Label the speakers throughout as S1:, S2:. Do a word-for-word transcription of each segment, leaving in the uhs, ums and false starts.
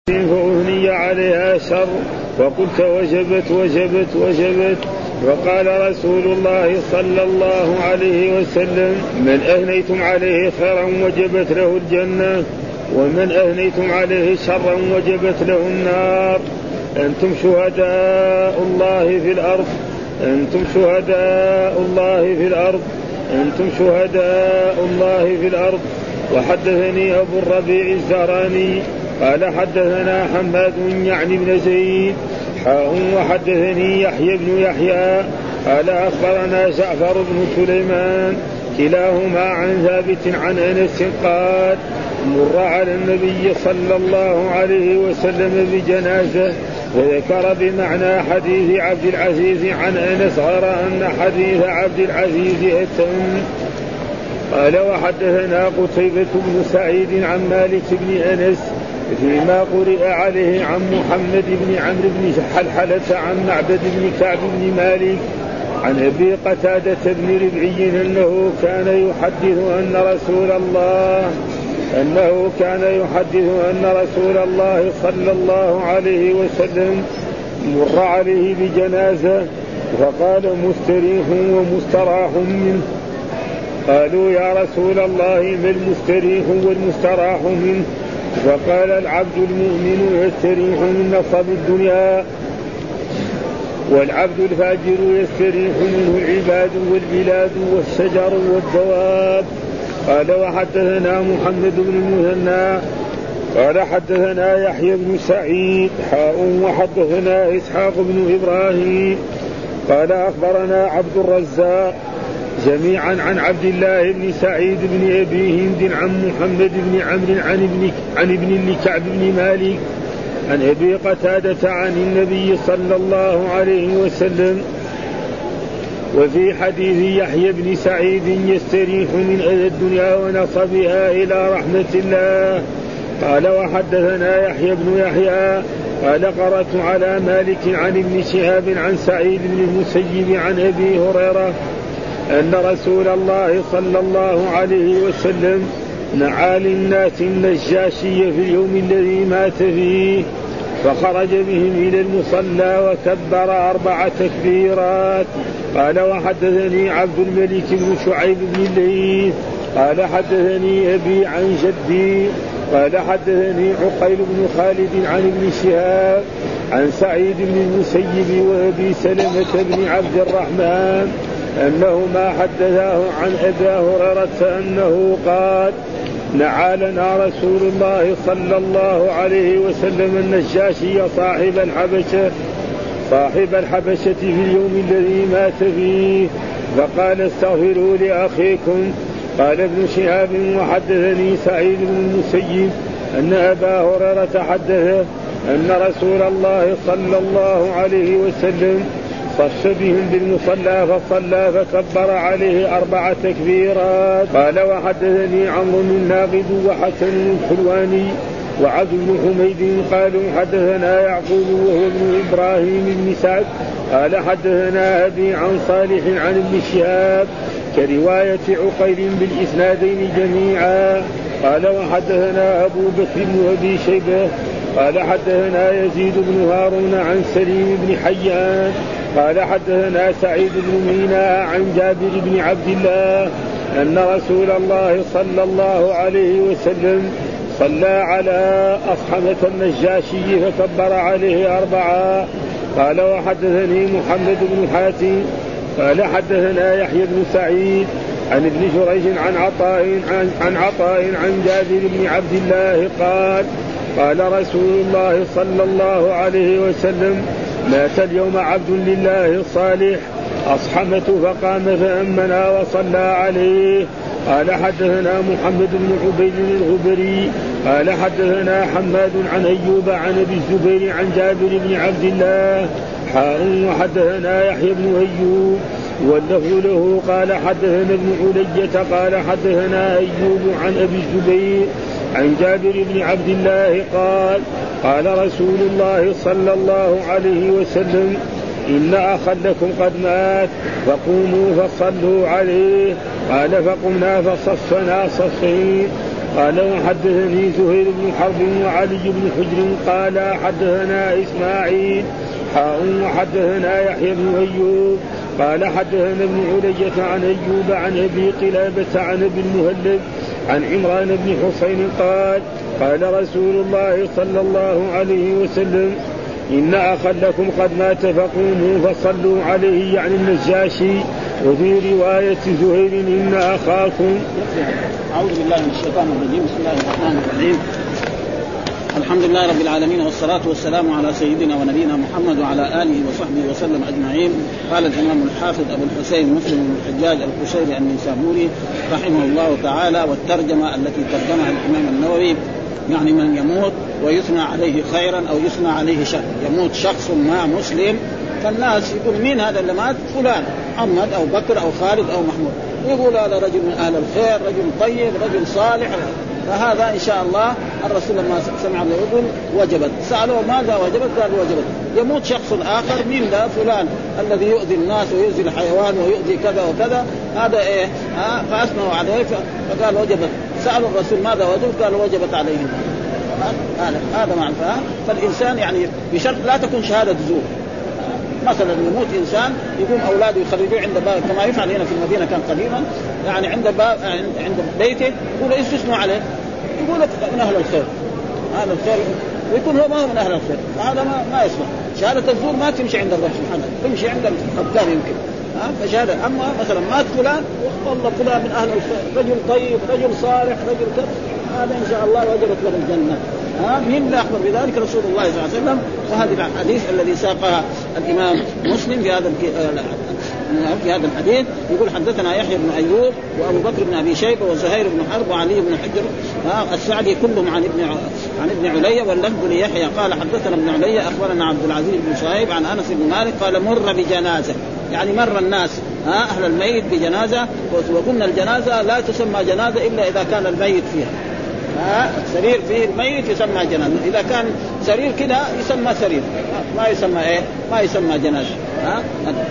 S1: فأثني عليها شر وقلت وجبت وجبت وجبت. وقال رسول الله صلى الله عليه وسلم: من أهنيتم عليه خيرا وجبت له الجنة، ومن أهنيتم عليه شرا وجبت له النار. أنتم شهداء الله في الأرض أنتم شهداء الله في الأرض أنتم شهداء الله في الأرض. وحدثني أبو الربيع الزهراني قال حدثنا حماد يعني بن زيد حاء وحدثني يحيى بن يحيى قال أخبرنا جعفر بن سليمان كلاهما عن ثابت عن أنس قال: مر على النبي صلى الله عليه وسلم بجنازة، وذكر بمعنى حديث عبد العزيز عن أنس غير أن حديث عبد العزيز أتم. قال: وحدثنا قتيبة بن سعيد عن مالك بن أنس فيما قرئ عليه عن محمد بن عمرو بن حلحلة عن معبد بن كعب بن مالك عن أبي قتادة بن ربعي أنه كان يحدث أن رسول الله أنه كان يحدث أن رسول الله صلى الله عليه وسلم مر عليه بجنازة فقال: مستريح ومستراح منه. قالوا: يا رسول الله ما المستريح والمستراح منه؟ فقال: العبد المؤمن يستريح من نصب الدنيا، والعبد الفاجر يستريح منه العباد والبلاد والشجر والدواب. قال: وحدثنا محمد بن المثنى قال حدثنا يحيى بن سعيد حاء وحدثنا إسحاق بن إبراهيم قال أخبرنا عبد الرزاق جميعا عن عبد الله بن سعيد بن أبي هند عن محمد بن عمرو عن ابن عن ابن لكعب بن مالك عن أبي قتادة عن النبي صلى الله عليه وسلم. وفي حديث يحيى بن سعيد: يستريح من أذى الدنيا ونصبها إلى رحمة الله. قال: وحدثنا يحيى بن يحيى قال قرأت على مالك عن ابن شهاب عن سعيد بن المسيب عن أبي هريرة أن رسول الله صلى الله عليه وسلم نعى للناس النجاشي في اليوم الذي مات فيه، فخرج بهم إلى المصلى وكبر أربع تكبيرات. قال: وحدثني عبد الملك بن شعيب بن الليث قال حدثني أبي عن جدي قال حدثني عقيل بن خالد عن ابن شهاب عن سعيد بن المسيب وأبي سلمة بن عبد الرحمن أنهما حدثاه عن أبي هريرة أنه قال: نعى لنا رسول الله صلى الله عليه وسلم النجاشي صاحب الحبشة صاحب الحبشة في اليوم الذي مات فيه، فقال: استغفروا لأخيكم. قال ابن شهاب: وحدثني سعيد بن المسيب أن أبا هريرة حدثه أن رسول الله صلى الله عليه وسلم صف بهم بالمصلى فصلى فكبر عليه أربع تكبيرات. قال: وحدثني عمرو الناقد وحسن الحلواني وعبد بن حميد قالوا حدثنا يعقوب وهو ابن إبراهيم بن سعد قال حدثنا أبي عن صالح عن ابن شهاب كرواية عقيل بالإسنادين جميعا. قال: وحدثنا أبو بكر بن أبي شيبة قال حدثنا يزيد بن هارون عن سليم بن حيان قال حدثنا سعيد بن مينا عن جابر بن عبد الله أن رسول الله صلى الله عليه وسلم صلى على أصحمة النجاشي فكبر عليه أربعة. قال: وحدثني محمد بن حاتم قال حدثنا يحيى بن سعيد عن ابن جريج عن عطاء عن, عن عطاء عن جابر بن عبد الله قال: قال رسول الله صلى الله عليه وسلم: مات اليوم عبد لله الصالح أصحمة فقام فأمنا وصلى عليه. قال: حدثنا محمد بن عبيد الغبري قال حدثنا حماد عن أيوب عن أبي الزبير عن جابر بن عبد الله حاء وحدثنا يحيى بن أيوب واللفظ له قال حدثنا ابن علية قال حدثنا أيوب عن أبي الزبير عن جابر بن عبد الله قال: قال رسول الله صلى الله عليه وسلم: إن أخا لكم قد مات فقوموا فصلوا عليه. قال: فقمنا فصفنا صفين قال وحدثني زهير بن حرب وعلي بن حجر قال حدثنا إسماعيل حاء وحدثنا يحيى بن أيوب قال حدثنا ابن علية عن أيوب عن أبي قلابة عن أبي المهلب عن عمران بن حسين قال قال رسول الله صلى الله عليه وسلم إن أخا لكم قد مات فقوموا فصلوا عليه يعني النجاشي. وفي رواية زهير إن أخاكم.
S2: أعوذ بالله من الشيطان الرجيم. بسم الله الرحمن الرحيم. الحمد لله رب العالمين والصلاة والسلام على سيدنا ونبينا محمد وعلى آله وصحبه وسلم أجمعين. قال الإمام الحافظ أبو الحسين مسلم بن الحجاج القشيري النيسابوري رحمه الله تعالى. والترجمة التي ترجمها الإمام النووي يعني من يموت ويثنى عليه خيرا أو يثنى عليه شر. يموت شخص ما مسلم فالناس يقول مين هذا اللي مات؟ فلان محمد أو بكر أو خالد أو محمود، يقول هذا رجل من أهل الخير، رجل طيب، رجل صالح. فهذا إن شاء الله الرسول لما سمع الله يقول وجبت. سألوا ماذا وجبت؟ قال وجبت. يموت شخص آخر مين ذا؟ فلان الذي يؤذي الناس ويؤذي الحيوان ويؤذي كذا وكذا، هذا إيه؟ ها فأثنوا عليه فقال وجبت. سألوا الرسول ماذا وجبت؟ قال وجبت عليهم. هذا هذا معنى. فالإنسان يعني بشرط لا تكون شهادة زور. مثلا يموت إنسان يقوم أولاده يخرجوه عند باب كما يفعل هنا في المدينة كان قديما، يعني عند باب عند بيته يقول يستثنوا عليه، يقول من أهل الخير، أهل الخير، ويكون هو ما هو من أهل الخير. هذا ما ما يسمع. شهادة الزور ما تمشي عند الرب سبحانه، تمشي عند الحكام يمكن. ها فشهادة. أما مثلا مات فلان والله فلان من أهل الخير، رجل طيب، رجل صالح، رجل كذا، هذا إن شاء الله وجبت له الجنة. ها مين لا أخبر بذلك؟ رسول الله صلى الله عليه وسلم. وهذا الحديث الذي ساقها الإمام مسلم في هذا في هذا الحديث يقول حدثنا يحيى بن أيوب وأبو بكر بن أبي شيبة وزهير بن حرب وعلي بن حجر السعدي كلهم عن ابن عن ابن علي واللفظ ليحيى قال حدثنا ابن علي أخبرنا عبد العزيز بن صهيب عن أنس بن مالك قال مر بجنازة، يعني مر الناس ها أهل الميت بجنازة، وقلنا الجنازة لا تسمى جنازة إلا إذا كان الميت فيها. ها سرير فيه الميت يسمى جنازة، إذا كان سرير كده يسمى سرير، ما يسمى إيه؟ ما يسمى جنازة. ها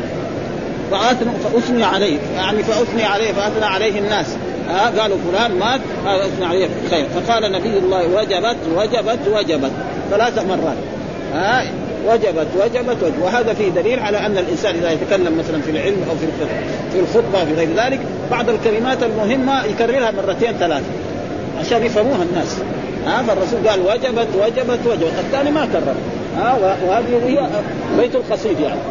S2: فأثني عليه، يعني فأثني عليه فأثنى عليه الناس. ها قالوا فلان مات هذا أثنى عليه خير. فقال نبي الله وجبت وجبت وجبت ثلاث مرات. ها وجبت وجبت وجبت. وهذا فيه دليل على أن الإنسان إذا يتكلم مثلا في العلم أو في في الخطبة في غير ذلك بعض الكلمات المهمة يكررها مرتين ثلاثة عشان يفهموها الناس. ها فالرسول قال وجبت وجبت وجبت، الثاني ما كرر. ها وهذه هي بيت القصيد يعني.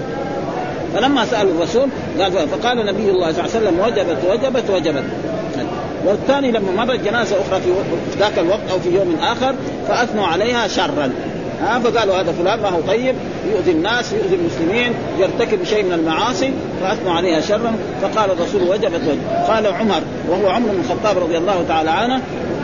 S2: فلما سألوا الرسول قال فقال نبي الله صلى الله عليه وسلم وجبت وجبت وجبت. والثاني لما مرت جنازة أخرى في ذاك الوقت أو في يوم آخر فأثنوا عليها شرا. ها فقالوا هذا فلان ما هو طيب، يؤذي الناس، يؤذي المسلمين، يرتكب شيء من المعاصي، فأثنوا عليها شرا. فقال الرسول وجبت وجبت. قال عمر وهو عمر بن الخطاب رضي الله تعالى عنه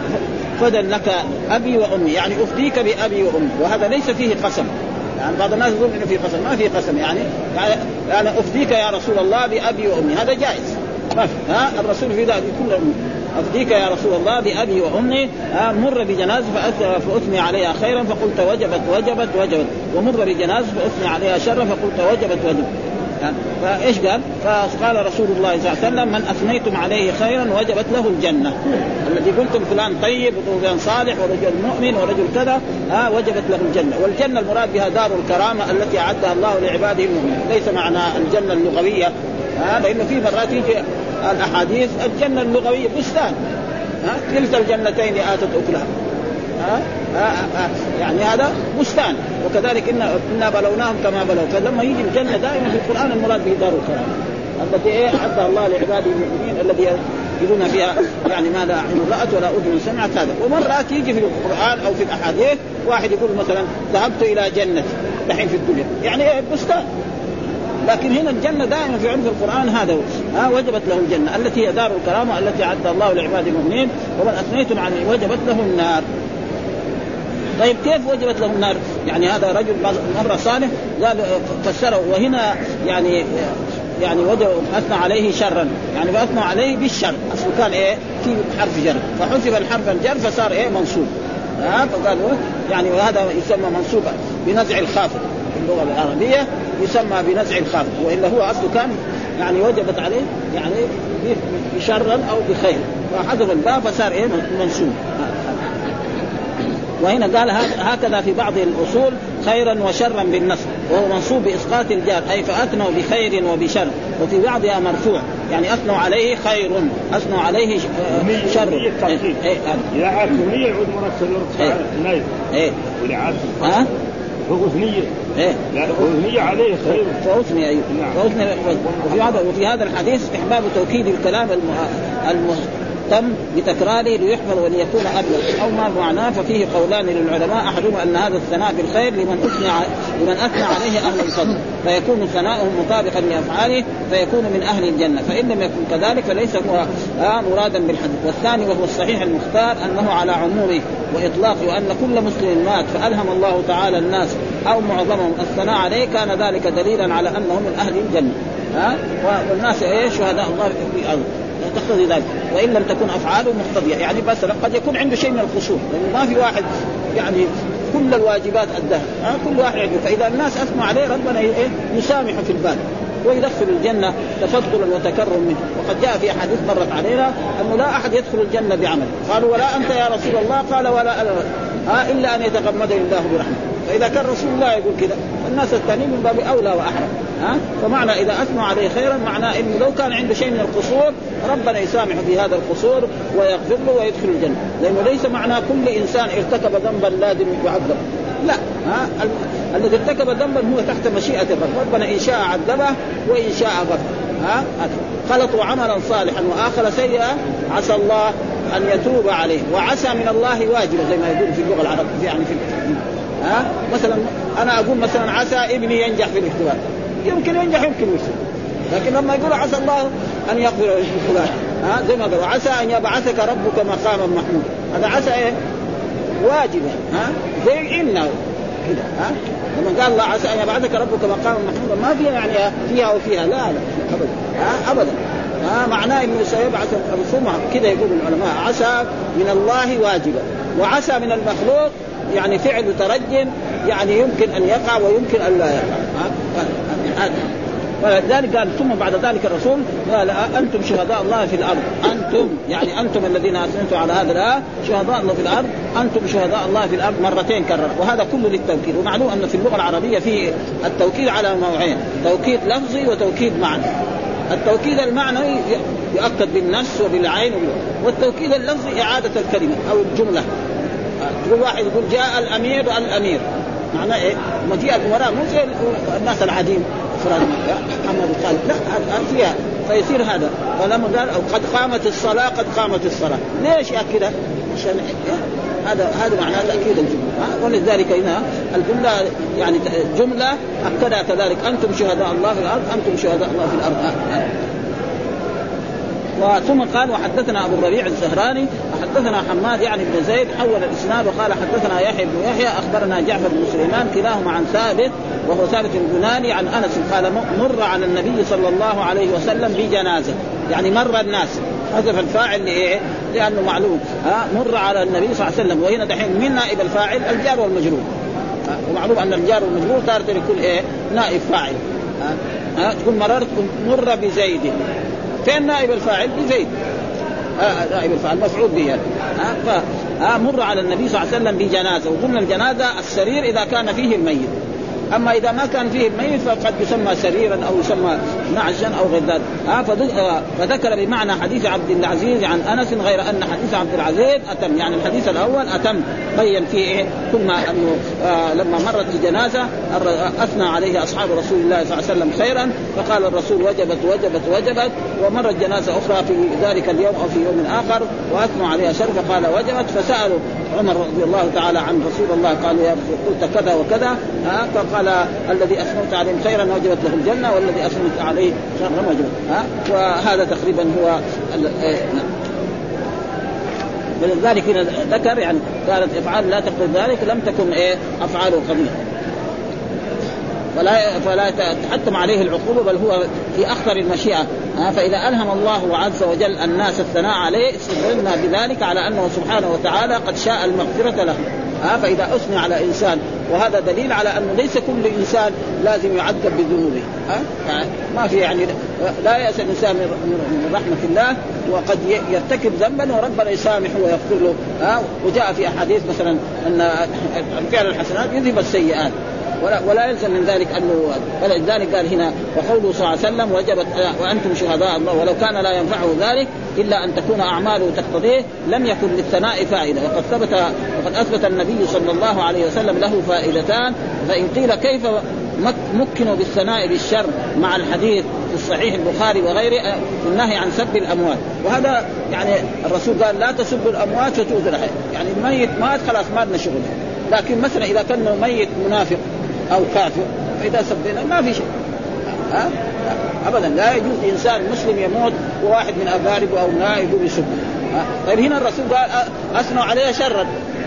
S2: فدن لك أبي وأمي، يعني أفديك بأبي وأمي. وهذا ليس فيه قسم، يعني بعض الناس يقول إنه فيه قسم، ما فيه قسم. يعني يعني أفديك يا رسول الله بأبي وأمي، هذا جائز. ها الرسول في ذلك كل أفديك يا رسول الله بأبي وأمي. مر بجنازة فأثني عليها خيرا فقلت وجبت وجبت وجبت، ومر بجنازة فأثني عليها شرا فقلت وجبت وجبت. فإيش قال؟ فقال رسول الله صلى الله عليه وسلم من أثنيتم عليه خيرا وجبت له الجنة. الذي قلتم فلان طيب وفلان صالح ورجل مؤمن ورجل كذا ها وجبت له الجنة. والجنة المراد بها دار الكرامة التي أعدها الله لعباده المؤمنين، ليس معنى الجنة اللغوية. ها لأنه في مرات يجي الأحاديث الجنة اللغوية بستان، ها كلتا الجنتين آتت أكلها. ها ها ها يعني هذا بستان. وكذلك إن إنا بلوناهم كما بلوا. فلما يجي الجنة دائما في القرآن المراد به دار الكرامة التي إيه أعدها الله لعباده المؤمنين الذي يجدون فيها يعني ما لا عين رأت ولا أذن سمعت هذا. ومرات يجي في القرآن أو في الأحاديث واحد يقول مثلا ذهبت إلى جنة دحين في الدنيا، يعني إيه بستان. لكن هنا الجنة دائما في عند القرآن هذا ها وجبت له الجنة التي هي دار الكرامة التي أعدها الله لعباده المؤمنين. ومن أثنيتم عليه وجبت له النار. طيب كيف وجبت له النار؟ يعني هذا رجل مرة صالح قال فسره. وهنا يعني يعني وجب أثنى عليه شرا، يعني فأثنى عليه بالشر. أصله كان إيه في حرف جر فحذف الحرف الجر فصار إيه منصوب. ها فقالوا يعني وهذا يسمى منصوب بنزع الخافض في اللغة العربية، يسمى بنزع الخافض. وإلا هو أصله كان يعني وجبت عليه يعني بشرا أو بخير، فحذف الباء فصار إيه منصوب. وهنا قال هكذا في بعض الأصول خيرا وشرا بالنصب، وهو منصوب بإسقاط الجار، أي فأثنوا بخير وبشر. وفي بعضها مرفوع يعني أثنوا عليه خير، أثنوا عليه شر.
S1: إذا عاثنية يعود مركب يرفع النايب
S2: إيه
S1: ولا عاث ها فأثنية
S2: إيه
S1: لا أثنية عليه خير
S2: فأثني أيوه فأثني. وفي هذا وفي هذا الحديث استحباب توكيد الكلام الم تم بتكراره ليحفظ وليكون أبلغ أو ما معناه. ففيه قولان للعلماء، أحدهما أن هذا الثناء بالخير لمن أثنى لمن أثنى عليه أهل الفضل، فيكون ثناؤه مطابقا لأفعاله فيكون من أهل الجنة، فإن لم يكن كذلك فليس هو مرادا بالحديث. والثاني وهو الصحيح المختار أنه على عمومه وإطلاقه، وأن كل مسلم مات فألهم الله تعالى الناس أو معظمهم الثناء عليه كان ذلك دليلا على أنه من أهل الجنة. ها والناس إيه شهداء الله في الأرض تقتضي ذلك، وإن لم تكن أفعاله مقتضية. يعني بس قد يكون عنده شيء من القصور، لأنه ما في واحد يعني كل الواجبات أداها، كل واحد عنده. فإذا الناس أثنوا عليه ربنا يسامح في البال ويدخل الجنة تفضلا وتكرم منه. وقد جاء في حديث مرت علينا أنه لا أحد يدخل الجنة بعمل، قالوا ولا أنت يا رسول الله؟ قال ولا أنا ها إلا أن يتغمد الله برحمة. فإذا كان رسول الله يقول كذا الناس الثانيين من باب أولى وأحرى. ها فمعنى إذا أثنوا عليه خيرا معناه إنه لو كان عنده شيء من القصور ربنا يسامح في هذا القصور ويغفر له ويدخل الجنة، لأنه ليس معناه كل إنسان ارتكب ذنبا لازم يعذب، لا. ها الذي ارتكب ذنبا هو تحت مشيئة الرب، ربنا إن شاء عذبه وإن شاء غفر. ها خلطوا عملا صالحا وآخر سيئا عسى الله أن يتوب عليه، وعسى من الله واجبا زي ما يقول في اللغة العربية. يعني في ها مثلا أنا أقول مثلا عسى ابني ينجح في الاختبار، يمكن ينجح يمكن يفشل، لكن لما يقول عسى الله أن يغفر فلان ها زي ما قالوا عسى أن يبعثك ربك مقاما محمود، هذا عسى إيه واجبا. ها زي إنه كده. ها لما قال الله عسى أن يبعثك ربك مقاما محمودا ما فيها يعني فيها وفيها، لا لا أبدا. ها أبدا. ها معناه إنه سيبعث الرسوم كده يقول العلماء عسى من الله واجبا، وعسى من المخلوق يعني فعل ترج يعني يمكن أن يقع ويمكن أن لا يقع. هذا ولذلك قال ثم بعد ذلك الرسول قال أنتم شهداء الله في الأرض، أنتم يعني أنتم الذين أثنتم على هذا الآية شهداء الله في الأرض، أنتم شهداء الله في الأرض مرتين كرر، وهذا كله للتوكيد. ومعلوم أن في اللغة العربية في التوكيد على نوعين، توكيد لفظي وتوكيد معنى. التوكيد المعنوي يؤكد بالنص وبالعين، والتوكيد اللفظي إعادة الكلمة أو الجملة. تقول واحد يقول جاء الأمير الأمير معناه إيه؟ مجيء الأمراء مو زي الناس العاديين فراد محمد قال لا فيها فيصير هذا. فلما قال أو قد قامت الصلاة قد قامت الصلاة، ليش كده؟ عشان هذا هذا معناه تأكيد الجملة. ولذلك هنا الجملة يعني جملة أكدها كذلك أنتم شهداء الله في الأرض، أنتم شهداء الله في الأرض. وثم قال وحدثنا أبو الربيع الزهراني وحدثنا حماد يعني بن زيد حول الإسناد وقال حدثنا يحيى بن يحيى أخبرنا جعفر بن سليمان كلاهما عن ثابت وهو ثابت البناني عن أنس قال مر على النبي صلى الله عليه وسلم بجنازة، يعني مر الناس حذف الفاعل لإيه؟ لأنه معلوم ها مر على النبي صلى الله عليه وسلم. وهنا دحين من نائب الفاعل الجار والمجرور، ومعلوم أن الجار والمجرور تارة يكون إيه نائب فاعل. ها, ها تقول مررت مر بزيد، فين نائب الفاعل بزيد؟ آه نائب الفاعل مفعول به يعني. آه آه مر على النبي صلى الله عليه وسلم بجنازة، وقلنا الجنازة السرير إذا كان فيه الميت، أما إذا ما كان فيه الميت فقد يسمى سريرا أو يسمى نعشا أو غير ذلك. آه فذكر بمعنى حديث عبد العزيز عن أنس، غير أن حديث عبد العزيز أتم، يعني الحديث الأول أتم بين فيه إيه كل ما أنه آه لما مرت الجنازة أثنى عليه أصحاب رسول الله صلى الله عليه وسلم خيرا، فقال الرسول وجبت وجبت وجبت، ومرت جنازة أخرى في ذلك اليوم أو في يوم آخر وأثنوا عليها شر فقال وجبت. فسألوا عمر رضي الله تعالى عن رسول الله قالوا يا رسول قلت كذا وكذا، آه فقال الذي أثنيت عليهم خيرا وجبت له الجنة والذي أثنيت عليه شرا وجبت. ها وهذا تقريبا هو ولذلك ذكر يعني قالت افعال لا تقل ذلك لم تكن ايه افعاله قبيحه، فلا فلا تحتم عليه العقوبه، بل هو في اخطر المشيئه. فاذا الهم الله عز وجل الناس الثناء عليه استدلنا بذلك على انه سبحانه وتعالى قد شاء المغفره له، ها فإذا أثنى على إنسان، وهذا دليل على أنه ليس كل إنسان لازم يعذب بذنوبه، ها ما في يعني لا يأس الإنسان من رحمة الله، وقد يرتكب ذنبا وربنا يسامحه ويغفر له. ها وجاء في أحاديث مثلا أن فعل الحسنات يذهب السيئات، ولا, ولا يلزم من ذلك أنه، ولذلك قال هنا وقوله صلى الله عليه وسلم وجبت وأنتم شهداء الله، ولو كان لا ينفعه ذلك إلا أن تكون أعماله تقتضيه لم يكن للثناء فائدة. وقد ثبت وقد أثبت النبي صلى الله عليه وسلم له فائدتان. فإن قيل كيف مكنوا بالثناء بالشر مع الحديث في الصحيح البخاري وغيره في النهي عن سب الأموات، وهذا يعني الرسول قال لا تسبوا الأموات وتؤذوا الأحياء، يعني الميت مات خلاص ما لنا شغل. لكن مثلا إذا كان ميت منافق أو كافر فإذا سبينا ما في شيء، ها أبدا لا يجوز إنسان مسلم يموت وواحد من أقاربه أو نائبه يسبه. طيب هنا الرسول قال أثنوا عليه شرا،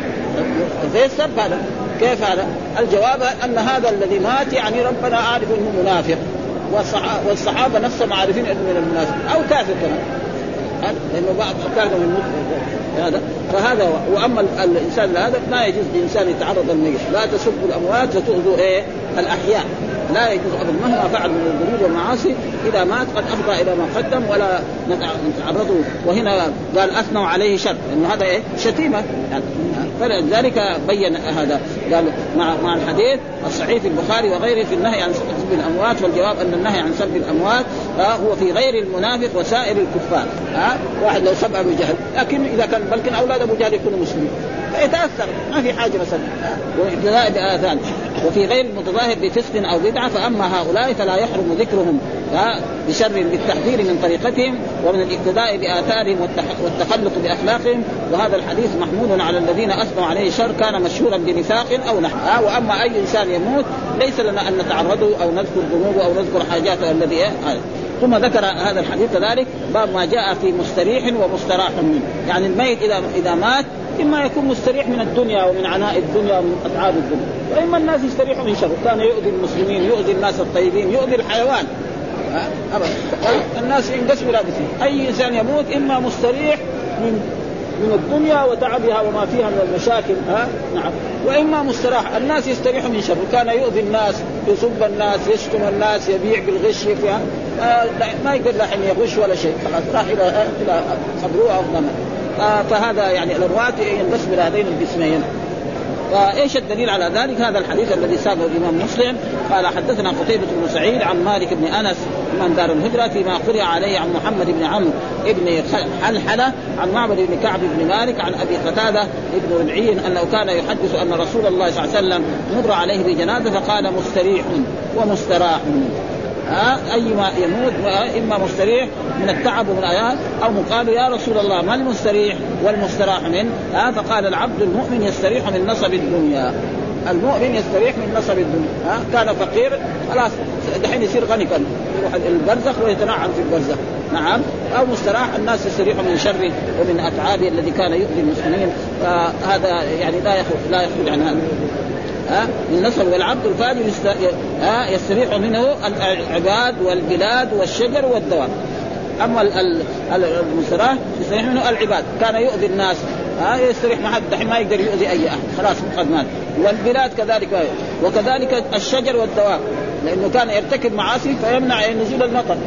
S2: زي السب هذا كيف هذا؟ الجواب أن هذا الذي مات يعني ربنا عارف أنه منافق، والصحابة نفسهم عارفين أنه من المنافق أو كافر كمان، لأنه بعض كان من هذا. فهذا وأما الإنسان هذا لا يجوز لإنسان يتعرض الميت. لا تسبوا الأموات وتؤذوا إيه الأحياء، لا يجوز أبدا مهما فعل من الذنوب والمعاصي، إذا مات قد أفضى إلى ما قدم ولا نتعرضه. وهنا قال أثنوا عليه شر، إنه هذا إيه شتيمة يعني. فلذلك بين هذا قال مع مع الحديث الصحيح في البخاري وغيره في النهي عن سب الأموات. والجواب أن النهي عن سب الأموات هو في غير المنافق وسائر الكفار. ها واحد لو سب أبو جهل، لكن إذا كان بلكن أولاد أبو جهل يكونوا مسلمين فيتأثر ما في حاجة مثلا، وابتلاء بآذان. وفي غير المتظاهر بفسق أو بدعة، فأما هؤلاء فلا يحرم ذكرهم بشر بالتحذير من طريقتهم ومن الاقتداء بآثارهم والتخلق بأخلاقهم. وهذا الحديث محمول على الذين أثنوا عليه شر كان مشهورا بنفاق أو نحو. وأما أي إنسان يموت ليس لنا أن نتعرضه أو نذكر ذنوبه أو نذكر حاجاته الذي هذا. ثم ذكر هذا الحديث كذلك باب ما جاء في مستريح ومستراح منه، يعني الميت إذا إذا مات إما يكون مستريح من الدنيا ومن عناء الدنيا ومن أتعاب الدنيا، وإما الناس يستريحوا من شر، كان يؤذي المسلمين يؤذي الناس الطيبين يؤذي الحيوان. أبدا الناس ينقسموا إلى قسمين، أي إنسان يموت إما مستريح من من الدنيا وتعبها وما فيها من المشاكل، ها نعم، وإما مستراح الناس يستريحوا من شر، كان يؤذي الناس يسب الناس يشتم الناس يبيع بالغش فيها آه ما يقدر له أن يغش ولا شيء، خلاص راح إلى إلى صبره أو ضمن. آه فهذا يعني الأموات ينقسم إلى هذين القسمين. وإيش الدليل على ذلك؟ هذا الحديث الذي ساقه الإمام مسلم قال حدثنا قتيبة بن سعيد عن مالك بن أنس من دار الهجرة فيما قرئ عليه عن محمد بن عمرو بن حلحلة عن معبد بن كعب بن مالك عن أبي قتادة بن ربعي أنه كان يحدث أن رسول الله صلى الله عليه وسلم مر عليه بجنازة فقال مستريح ومستراح. ها أيما يموت إما مستريح من التعب ومن الآيات أو مقال يا رسول الله ما المستريح والمستراح منه؟ ها فقال العبد المؤمن يستريح من نصب الدنيا، المؤمن يستريح من نصب الدنيا. ها كان فقير خلاص دحين يصير غني، كان يروح البرزخ ويتنعم في البرزخ، نعم. أو مستراح الناس يستريحوا من شره ومن أتعابه الذي كان يؤذي المسلمين، فهذا يعني لا يخرج لا يخرج عن هذا. ها النصب والعبد الفاجر ها يستريح منه العباد والبلاد والشجر والدواب. اما المستراح يستريح منه العباد، كان يؤذي الناس ها يستريح ما حد دحين ما يقدر يؤذي اي احد خلاص قد مات. والبلاد كذلك، وكذلك الشجر والدواب لانه كان يرتكب معاصي فيمنع نزول المطر.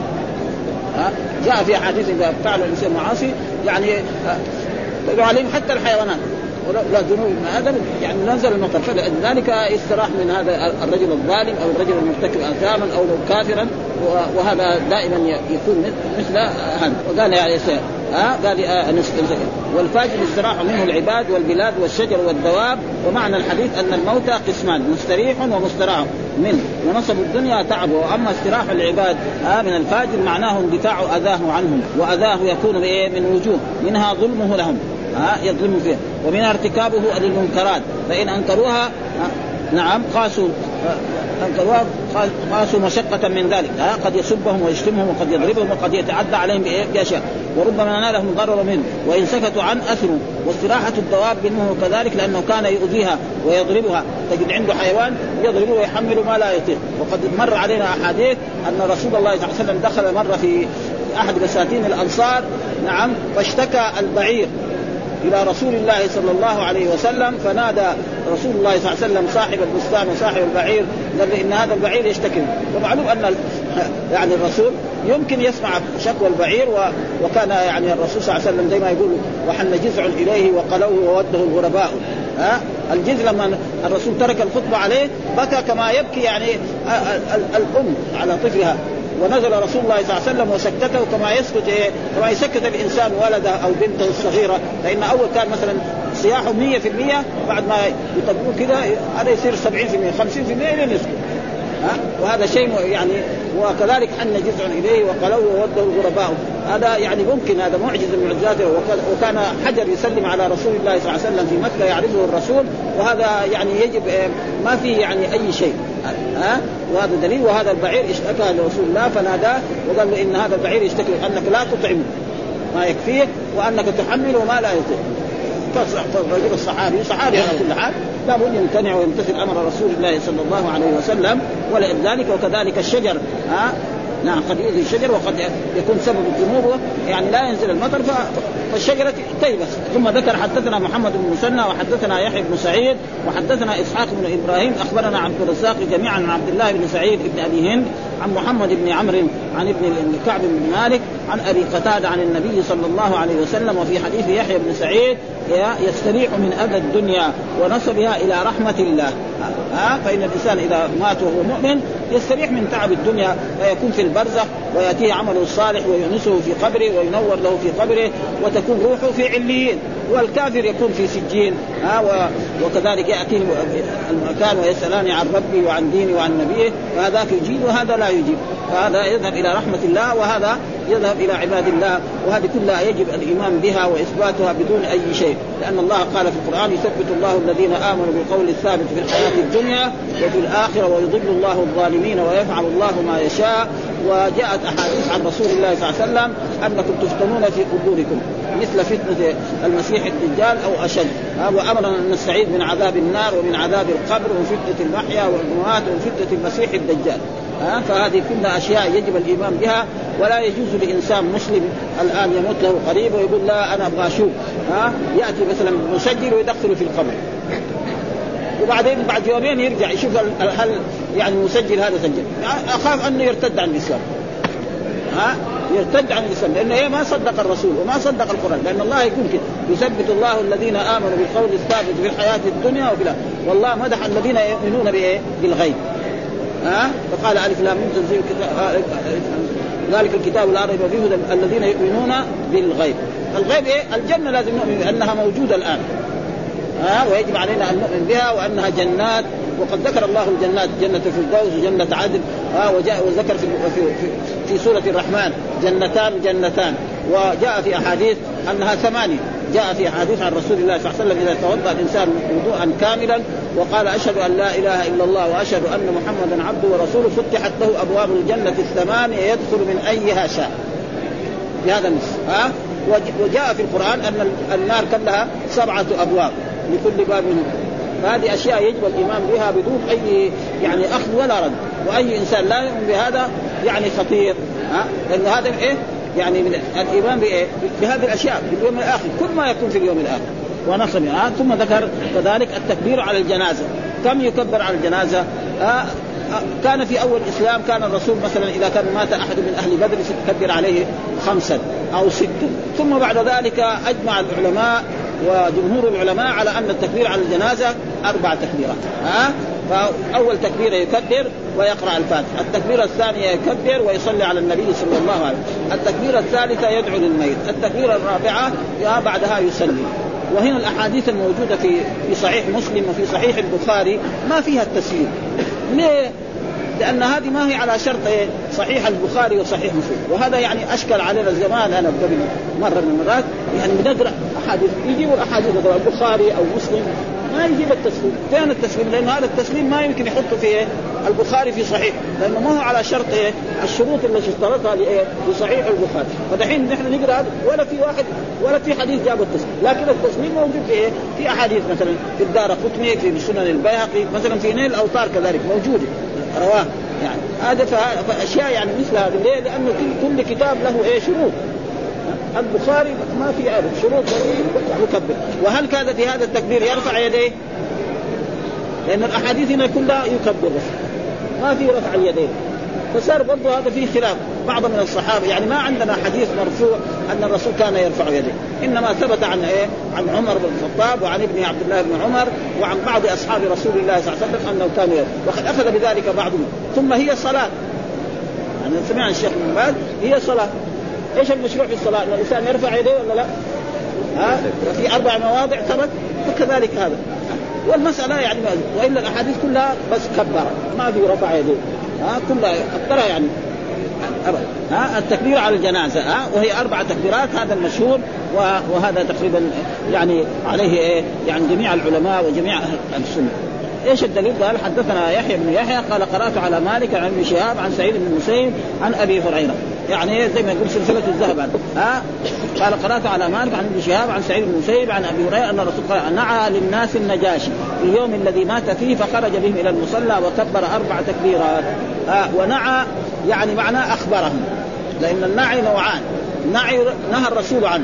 S2: ها جاء في حديث اذا فعل الانسان معاصي يعني عليهم حتى الحيوانات ولا ذنوب هذا يعني نزل المطر، فلذلك استراح من هذا الرجل الظالم او الرجل المرتكب اثاما او كافرا، وهذا دائما يكون مثل هذا. وقال يعني ها قال والفاجر استراح منه العباد والبلاد والشجر والدواب. ومعنى الحديث ان الموتى قسمان مستريح ومستراح منه، ونصب الدنيا تعب. واما استراح العباد ها من الفاجر معناه اندفاع اذاه عنهم، واذاه يكون من وجوه، منها ظلمه لهم ها يظلم فيها، ومنها ارتكابه للمنكرات فإن أنكروها نعم قاسوا أنكروها قاسوا مشقة من ذلك. ها قد يسبهم ويشتمهم وقد يضربهم وقد يتعدى عليهم بأشياء وربما نالهم ضرر منه، وإن سكتوا عن أثروا. واستراحة الدواب منه كذلك لأنه كان يؤذيها ويضربها، تجد عنده حيوان يضربه ويحمل ما لا يطيق. وقد مر علينا أحاديث أن رسول الله صلى الله عليه وسلم دخل مرة في أحد بساتين الأنصار نعم فاشتكى البعير إلى رسول الله صلى الله عليه وسلم، فنادى رسول الله صلى الله عليه وسلم صاحب البستان وصاحب البعير، قال إن هذا البعير يشتكي. ومعلوم أن يعني الرسول يمكن يسمع شكوى البعير، وكان يعني الرسول صلى الله عليه وسلم زي ما يقول وحن جزع إليه وقلوه ووده الغرباء. ها الجزء لما الرسول ترك الخطبة عليه بكى كما يبكي يعني الأم على طفلها، ونزل رسول الله صلى الله عليه وسلم وسكته كما يسكت إيه؟ كما يسكت الإنسان ولده أو بنته الصغيرة، لأن أول كان مثلا صياحه مية في المية، بعد ما يطبقوا كده هذا يصير سبعين في المية خمسين في المية لين يسكت. ها وهذا شيء يعني. وكذلك حن جزع إليه وقلوه ووده الغرباء، هذا يعني ممكن هذا معجز من معجزاته. وكان حجر يسلم على رسول الله صلى الله عليه وسلم في مكة يعرفه الرسول، وهذا يعني يجب ما فيه يعني أي شيء. ها وهذا دليل. وهذا البعير اشتكى لرسول الله فناداه وقال له إن هذا البعير يشتكي أنك لا تطعمه ما يكفيه وأنك تحمله ما لا يطيق. فالرجل الصحابي صحابي على كل حال لا بد يمتنع ويمتثل أمر رسول الله صلى الله عليه وسلم ولذلك. وكذلك الشجر ها نعم قد يؤذي الشجر وقد يكون سبب الذنوب يعني لا ينزل المطر فالشجرة تيبس. ثم ذكر حدثنا محمد بن مسنى وحدثنا يحيى بن سعيد وحدثنا إسحاق بن إبراهيم أخبرنا عبد الرزاق جميعا عن عبد الله بن سعيد بن أبي هند عن محمد بن عمرو عن ابن كعب بن مالك عن أبي قتادة عن النبي صلى الله عليه وسلم. وفي حديث يحيى بن سعيد يستريح من أذى الدنيا ونسبها إلى رحمة الله. ها فإن الإنسان إذا مات وهو مؤمن يستريح من تعب الدنيا ويكون في البرزخ ويأتيه عمله الصالح ويؤنسه في قبره وينور له في قبره وتكون روحه في عليين، والكافر يكون في سجين. ها وكذلك يأتيه المكان ويسألان عن ربي وعن ديني وعن نبيه، فهذاك يجيب وهذا لا يجيب، فهذا يذهب إلى رحمة الله وهذا يذهب إلى عباد الله. وهذه كلها يجب الإيمان بها وإثباتها بدون أي شيء، لأن الله قال في القرآن يثبت الله الذين آمنوا بالقول الثابت في الحياة الدنيا وفي الآخرة ويضل الله الظالمين ويفعل الله ما يشاء. وجاءت أحاديث عن رسول الله صلى الله عليه وسلم أنكم تفتنون في قبوركم مثل فتنة المسيح الدجال أو أشد. وأمرنا أن نستعيذ من عذاب النار ومن عذاب القبر ومن فتنة المحيا والممات ومن فتنة المسيح الدجال. ها فهذه كلها أشياء يجب الإيمان بها، ولا يجوز لإنسان مسلم الآن يموت له قريب ويقول لا أنا أبغى أشوف. ها يأتي مثلا مسجل ويدخله في القبر وبعدين بعد يومين يرجع يشوف هل يعني مسجل هذا سجل، أخاف أنه يرتد عن الإسلام. ها يرتد عن الإسلام لأنه إيه ما صدق الرسول وما صدق القرآن، لأن الله يقول كده يثبت الله الذين آمنوا بالقول الثابت في الحياة الدنيا وفي الآخرة. والله مدح الذين يؤمنون بإيه بالغيب. ها فقال ألف لام ميم تنزيل الكتاب ذلك الكتاب لا ريب فيه هدى الذين يؤمنون بالغيب. الغيب إيه؟ الجنة لازم نؤمن بأنها موجودة الآن. ها ويجب علينا أن نؤمن بها وأنها جنات، وقد ذكر الله الجنات جنة الفردوس وجنة عدن. ها وجاء وذكر في في في, في سورة الرحمن جنتان جنتان، وجاء في أحاديث أنها ثمانية. جاء في حديث عن رسول الله صلى الله عليه وسلم إذا توضأ الإنسان وضوءا كاملا وقال أشهد أن لا إله إلا الله وأشهد أن محمدا عبده ورسوله فتحت له أبواب الجنة الثمانية يدخل من أيها شاء. بهذا النص. ها وجاء في القرآن أن النار كلها سبعة أبواب لكل باب منهم. فهذه أشياء يجب الإيمان بها بدون أي يعني أخذ ولا رد، وأي إنسان لا يؤمن بهذا يعني خطير. ها لأن هذا إيه يعني من الإيمان بإيه بهذه الأشياء باليوم الآخر كل ما يكون في اليوم الآخر ونصب. آه ثم ذكر كذلك التكبير على الجنازة. كم يكبر على الجنازة؟ آه آه كان في أول الإسلام كان الرسول مثلا إذا كان مات أحد من أهل بدر يكبر عليه خمسا أو ستا. ثم بعد ذلك أجمع العلماء وجمهور العلماء على أن التكبير على الجنازة أربع تكبيرات. آه فأول تكبيرة يكبر ويقرأ الفاتحة، التكبيرة الثانية يكبر ويصلي على النبي صلى الله عليه وسلم، التكبيرة الثالثة يدعو للميت، التكبيرة الرابعة بعدها يسلم. وهنا الأحاديث الموجودة في في صحيح مسلم وفي صحيح البخاري ما فيها التسليم. ليه؟ لأن هذه ما هي على شرط صحيح البخاري وصحيح مسلم، وهذا يعني أشكل علينا زمان. أنا قبل مرة من المرات يعني بنقرأ أحاديث يجيبوا الأحاديث البخاري أو مسلم ما يجيب التسليم. فين التسليم؟ لأن هذا التسليم ما يمكن يحطه في البخاري في صحيح، لأنه ما هو على شرط الشروط التي اشترطها في صحيح البخاري. فدحين نحن نقرأ هذا ولا في واحد ولا في حديث جاب التسليم، لكن التسليم موجود في إيه؟ في أحاديث مثلا في الدارقطني في سنن البيهقي مثلا في نيل الأوطار كذلك موجودة رواه. يعني هذا فأشياء يعني مثل هذا. ليه؟ لأنه كل كتاب له إيه شروط. البخاري ما في عارف شروط يكبر. وهل كان في هذا التكبير يرفع يديه؟ لأن الأحاديث هنا كلها يكبر بس ما في رفع اليدين. فصار برضو هذا فيه خلاف بعض من الصحابة، يعني ما عندنا حديث مرفوع أن الرسول كان يرفع يديه، إنما ثبت عن إيه؟ عن عمر بن الخطاب وعن ابن عبد الله بن عمر وعن بعض أصحاب رسول الله صلى الله عليه وسلم أنه كان يرفع، وقد أخذ بذلك بعضهم. ثم هي صلاة، يعني سمع الشيخ من بعد هي صلاة. إيش المشروع في الصلاة؟ أن الإنسان يرفع يديه ولا لا؟ ها؟ في أربع مواضع ثبت، وكذلك هذا. والمسألة يعني وإلا الأحاديث كلها بس كبر ما في رفع يديه، ها كلها كبرها يعني أبدا. ها التكبير على الجنازة، ها وهي أربع تكبيرات، هذا المشهور وهذا تقريبا يعني عليه إيه يعني جميع العلماء وجميع السنة. ايش الدليل؟ قال حدثنا يحيى بن يحيى قال قرات على مالك عن ابن شهاب عن سعيد بن المسيب عن ابي هريره، يعني زي ما يقول سلسله الذهب. ها قال قرات على مالك عن ابن شهاب عن سعيد بن المسيب عن ابي هريره ان الرسول قال نعى للناس النجاشي في اليوم الذي مات فيه فخرج بهم الى المصلى وكبر اربع تكبيرات. ها ونعى يعني معناه اخبرهم، لان النعي نوعان، نعي نهى الرسول عنه،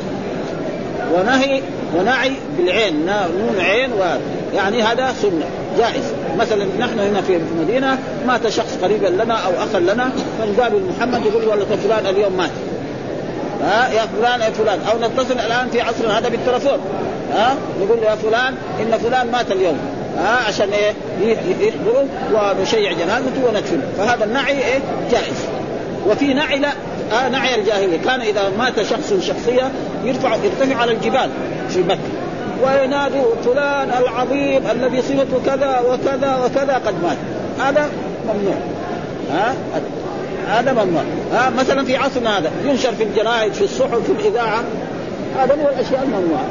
S2: ونهي ونعي بالعين نون عين، يعني هذا سنة جائز. مثلا نحن هنا في المدينة مات شخص قريبا لنا أو أخا لنا فنقابل محمد يقول والله فلان اليوم مات، ها يا فلان يا فلان، أو نتصل الآن في عصر هذا بالتلفون، ها نقول يا فلان إن فلان مات اليوم، ها عشان إيه يحضروا ونشيع جنازته وندفنه. فهذا النعي إيه جائز. وفي نعي لا آه نعي الجاهلية، كان إذا مات شخص شخصية يرفع يرتفع على الجبال في مكة وينادوا فلان العظيم الذي صفته كذا وكذا وكذا قد مات، هذا ممنوع. ها هذا ممنوع. ها مثلا في عصرنا هذا ينشر في الجرائد في الصحف في الإذاعة، هذا من الأشياء الممنوعة.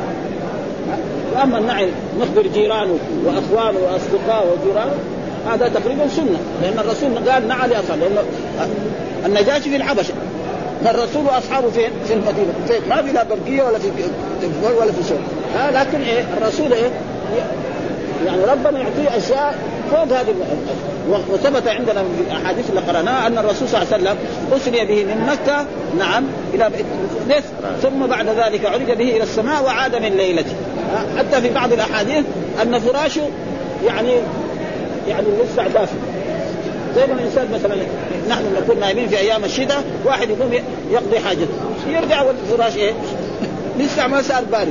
S2: وأما النعي نخبر جيرانه وأخوانه وأصدقائه وجيرانه هذا تقريبا سنة، لأن الرسول قال نعى لأصحابه، لأن النجاشي في الحبشة الرسول وأصحابه فين؟ في المدينة، فين؟ ما في لا برقية ولا في ولا في سوق. ها لكن إيه الرسول إيه يعني ربنا يعطيه أشياء فوق هذه. وثبت عندنا في الأحاديث اللي قرأناها أن الرسول صلى الله عليه وسلم أسري به من مكة نعم إلى بيت المقدس، ثم بعد ذلك عرج به إلى السماء وعاد من ليلته. حتى في بعض الأحاديث أن فراشه يعني يعني لسه دافئ، زي ما الإنسان مثلا نحن نكون نايمين في أيام الشتاء واحد يقوم يقضي حاجته يرجع والفراش إيه لسه ما صار بارد.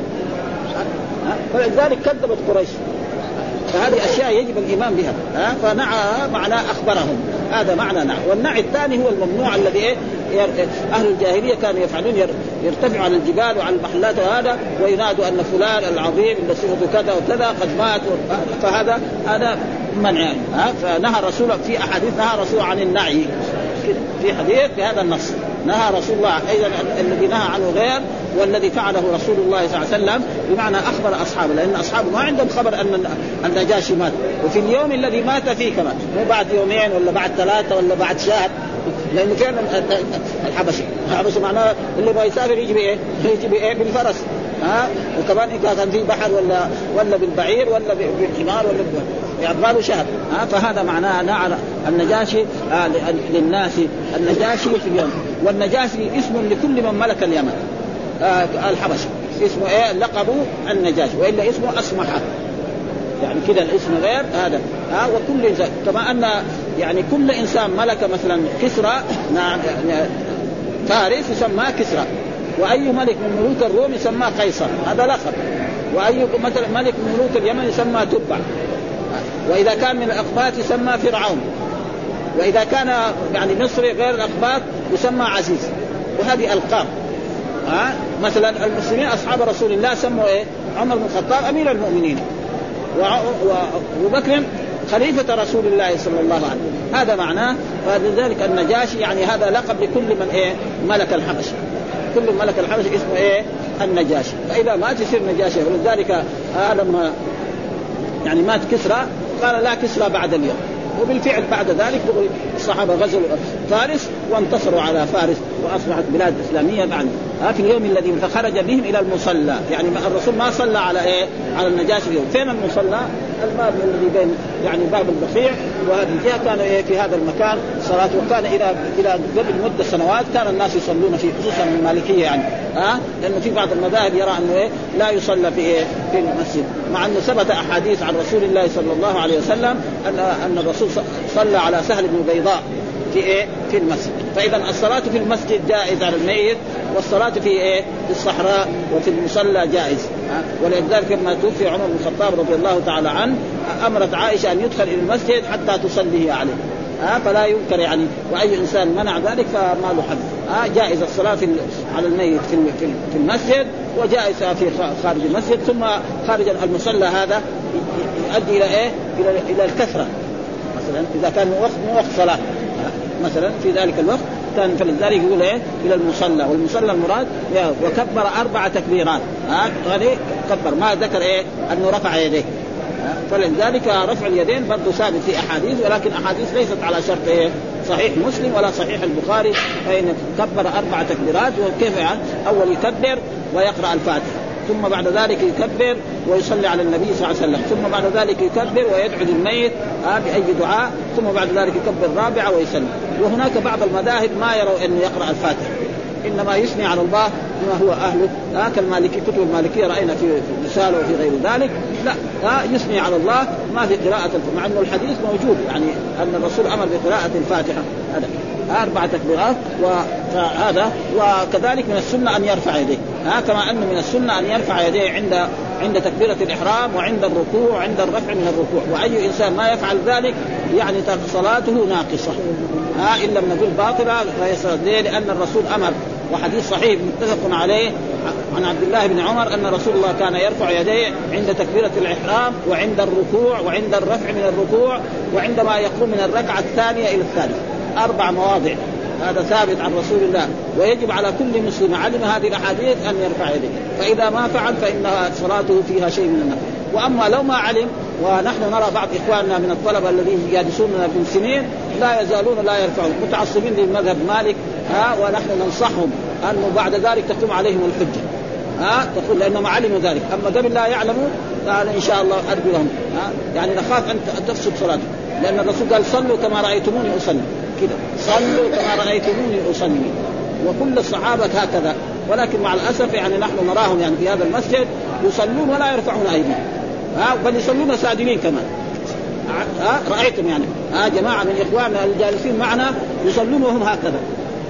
S2: فلذلك كذبت قريش. فهذه أشياء يجب الإيمان بها. ها فنعى معناه أخبرهم، هذا معنى نعى. والنعي الثاني هو الممنوع الذي إيه أهل الجاهلية كانوا يفعلون، يرتفعوا على الجبال وعلى المحلات وهذا وينادوا أن فلان العظيم اللي صفته كذا وكذا قد مات، فهذا هذا منع. ها فنهى الرسول في أحاديث نهى الرسول عن النعي في حديث في هذا النص نهى رسول الله أيضا الذي نهى عنه غير والذي فعله رسول الله صلى الله عليه وسلم، بمعنى أخبر أصحابه، لأن أصحابه ما عندهم خبر أن النجاشي مات، وفي اليوم الذي مات فيه كمان، مو بعد يومين ولا بعد ثلاثة ولا بعد شهر، لأنه كان الحبشة الحبشة معناه اللي ما يسافر يجي بإيه يجي بإيه بالفرس، ها وكمان إذا كان في بحر ولا ولا بالبعير ولا بالحمار ولا يبغى له شهر. ها فهذا معناه نعى النجاشي آه للناس النجاشي في اليوم. والنجاشي اسم لكل من ملك اليمن، آه الحبشة اسمه ايه لقبه النجاشي، والا اسمه أسمحة، يعني كذا الاسم غير هذا. ها آه وكل انسان كما ان يعني كل انسان ملك مثلا كسرى نعم فارس يسمى كسرى، واي ملك من ملوك الروم يسمى قيصر، هذا لقب. واي مثلا ملك من ملوك اليمن يسمى تبع، واذا كان من الاقباط يسمى فرعون، واذا كان يعني مصري غير الاقباط يسمى عزيز. وهذه القاب. ها مثلا المسلمين اصحاب رسول الله سموا ايه عمر بن الخطاب امير المؤمنين، وابو بكر خليفه رسول الله صلى الله عليه وسلم، هذا معناه. فلذلك النجاشي يعني هذا لقب لكل من ايه ملك الحبش، كل ملك الحبش اسمه ايه النجاشي. فاذا مات يصير نجاشي. ولذلك هذا لما يعني مات كسرى قال لا كسرى بعد اليوم، وبالفعل بعد ذلك الصحابه غزوا فارس وانتصروا على فارس واصبحت بلاد اسلاميه بعد. في اليوم الذي فخرج بهم إلى المصلى. يعني الرسول ما صلى على إيه على النجاشي اليوم. فين المصلى؟ الباب الذي بين يعني باب البقيع وهذه الجهة كان إيه في هذا المكان صلاة. وكان إلى إلى قبل مدة سنوات كان الناس يصلون فيه خصوصا المالكية يعني ها أه؟ لأنه في بعض المذاهب يرى أنه إيه لا يصلى في إيه في المسجد، مع أنه ثبت أحاديث عن رسول الله صلى الله عليه وسلم أن أن الرسول صلى على سهل بن بيضاء في إيه في المسجد. فإذا الصلاة في المسجد جائز على الميت، والصلاة في إيه في الصحراء وفي المصلى جائز. ولذلك لما توفي عمر بن الخطاب رضي الله تعالى عنه أمرت عائشة أن يدخل إلى المسجد حتى تصلي عليه ها فلا ينكر يعني، وأي إنسان منع ذلك فما له حد. ها جائز الصلاة في على الميت في في المسجد، وجائز في خارج المسجد. ثم خارج المصلى هذا يؤدي إلى إيه إلى إلى الكثرة. مثلا إذا كان وقت مو وقت صلاة مثلا في ذلك الوقت كان فلذلك يقول إيه إلى المصلى. والمصلى المراد وكبر أربع تكبيرات. ها هذه كبر ما ذكر إيه أنه رفع يديه. فلذلك رفع اليدين برضو ثابت في أحاديث، ولكن أحاديث ليست على شرط إيه صحيح مسلم ولا صحيح البخاري. فإن كبر أربع تكبيرات. وكيف يعني؟ أول يكبر ويقرأ الفاتحة، ثم بعد ذلك يكبر ويصلي على النبي صلى الله عليه وسلم، ثم بعد ذلك يكبر ويدعو للميت بأي دعاء، ثم بعد ذلك يكبر رابعة ويسلم. وهناك بعض المذاهب ما يروا أنه يقرأ الفاتحة، إنما يثني على الله بما هو أهله. ها كالمالكي كتب المالكية رأينا في رسالة وفي غير ذلك لا ها يثني على الله ما في قراءة، مع أنه الحديث موجود يعني أن الرسول أمر بقراءة الفاتحة هذا أربع تكبيرات. وهذا وكذلك من السنة أن يرفع يديه. ها كما أن من السنة أن يرفع يديه عند عند تكبيرة الإحرام وعند الركوع وعند الرفع من الركوع. وأي إنسان ما يفعل ذلك يعني صلاته ناقصة. ها إن لم نقول باطلة فيصل ليه؟ لأن الرسول أمر، وحديث صحيح متفق عليه عن عبد الله بن عمر أن رسول الله كان يرفع يديه عند تكبيرة الإحرام وعند الركوع وعند الرفع من الركوع وعندما يقوم من الركعة الثانية إلى الثالثة. أربع مواضع هذا ثابت عن رسول الله. ويجب على كل مسلم علم هذه الأحاديث أن يرفع يديه، فإذا ما فعل فإنها صلاته فيها شيء من النقص. وأما لو ما علم، ونحن نرى بعض إخواننا من الطلبة الذين يجلسوننا في سنين لا يزالون لا يرفعون متعصبين للمذهب مالك ها ونحن ننصحهم أنه بعد ذلك تقوم عليهم الحجة ها تقول لأنهم علموا ذلك، أما قبل لا يعلموا قال إن شاء الله أرجو لهم ها يعني نخاف أن تفسد صلاته، لأن الرسول قال صلوا كما رأيتموني أصلي كده، صلوا كما رأيتموني أصلي، وكل الصحابة هكذا. ولكن مع الأسف يعني نحن نراهم يعني في هذا المسجد يصلون ولا يرفعون أيديهم ها بل يصلون ساجدين كمان. ها رأيتم يعني ها جماعة من إخواننا الجالسين معنا يصلون وهم هكذا.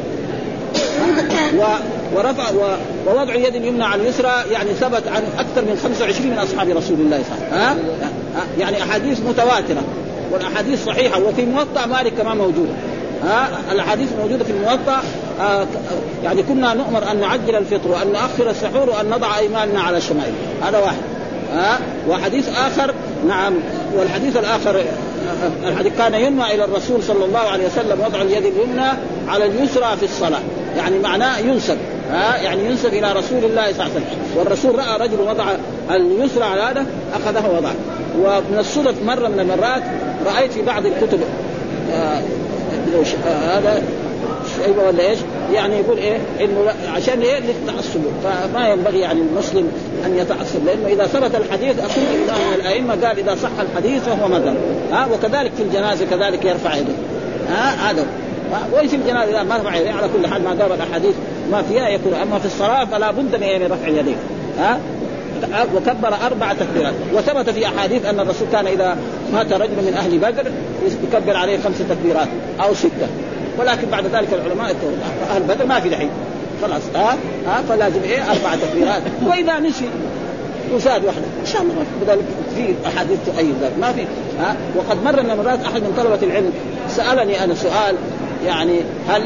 S2: و ورفع ووضع يد اليمنى على اليسرى يعني ثبت عن أكثر من خمسة وعشرين من أصحاب رسول الله صلى الله عليه وسلم. ها يعني أحاديث متواترة والأحاديث صحيحة، وفي موطأ مالك كمان موجودة. ها الأحاديث موجودة في الموطأ. آه يعني كنا نؤمر أن نعجل الفطر وأن نؤخر السحور وأن نضع أيماننا على الشمائل، هذا واحد. ها وحديث آخر نعم، والحديث الآخر الحديث كان ينمى إلى الرسول صلى الله عليه وسلم وضع اليد اليمنى على اليسرى في الصلاة، يعني معناه ينسب ها يعني ينسب إلى رسول الله صلى الله عليه وسلم. والرسول رأى رجل وضع اليسرى على هذا أخذه وضعه. ومن الصدف مرة من المرات رأيت في بعض الكتب آه آه هذا شيء ولا إيش يعني يقول إيه إنه عشان إيه للتعصب، فما ينبغي يعني المسلم أن يتعصب، لأنه إذا ثبت الحديث أقول إمام الأئمة قال إذا صح الحديث فهو مذهب. ها وكذلك في الجنازة كذلك يرفع يده. ها هذا وإيش الجنازة ما رفع يده على كل حال ما دام الأحاديث ما فيها يكون، أما في الصلاة فلا بد من رفع يديه. ها وكبر أربع تكبيرات. وثبت في أحاديث أن الرسول كان إذا مات رجل من أهل بدر يكبر عليه خمس تكبيرات أو ستة، ولكن بعد ذلك العلماء أهل بدر ما في دحين خلاص ها ها فلازم إيه أربع تكبيرات. وإذا نسي وزاد واحدة إن شاء الله بذلك في أحاديث تؤيد ذلك ما في. ها وقد مر من مرات أحد من طلبة العلم سألني أنا سؤال يعني هل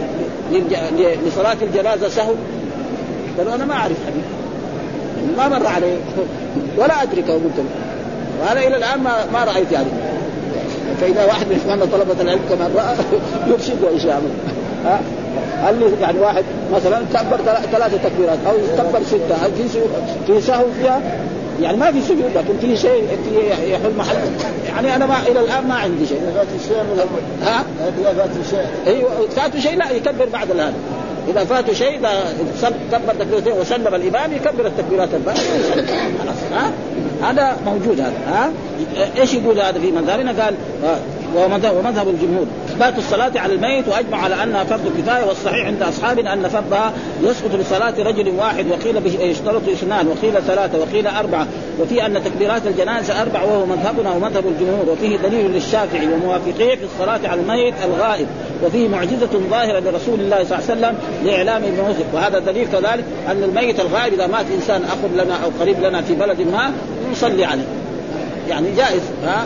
S2: لصلاة الجنازة سهو؟ قالوا أنا ما أعرف حديث ما مر عليه ولا أدركه قلت له، وأنا إلى الآن ما ما رأيت يعني. فإذا واحد من إخواننا طلبة العلم كمان رأى يرشده إن شاء الله. ها هل يعني واحد مثلا كبر ثلاثة تكبيرات أو كبر ستة أو في في سهو فيها يعني ما في سجود، لكن في شيء في يحل محل يعني أنا ما إلى الآن ما عندي شيء. ها ذات شيء أيوة ذات شيء لا يكبر بعد هذا إذا فاتوا شيء كبر تكبيرتين وسلم الإمام يكبر التكبيرات الباقية خلاص. ها هذا موجود هذا. ها إيش يقول هذا في مذهبنا؟ قال ومذهب الجمهور إثبات الصلاة على الميت، وأجمع على أنها فرض كفاية، والصحيح عند أصحابنا أن فرضها يسقط لصلاة رجل واحد، وقيل يشترط اثنان، وقيل ثلاثة، وقيل أربعة، وفي أن تكبيرات الجنازة أربع وهو مذهبنا ومذهب الجمهور، وفيه دليل للشافعي وموافقيه في الصلاة على الميت الغائب، وفيه معجزة ظاهرة لرسول الله صلى الله عليه وسلم لإعلام الموت. وهذا دليل كذلك أن الميت الغائب إذا مات إنسان أخذ لنا أو قريب لنا في بلد ما نصلي عليه، يعني جائز. ها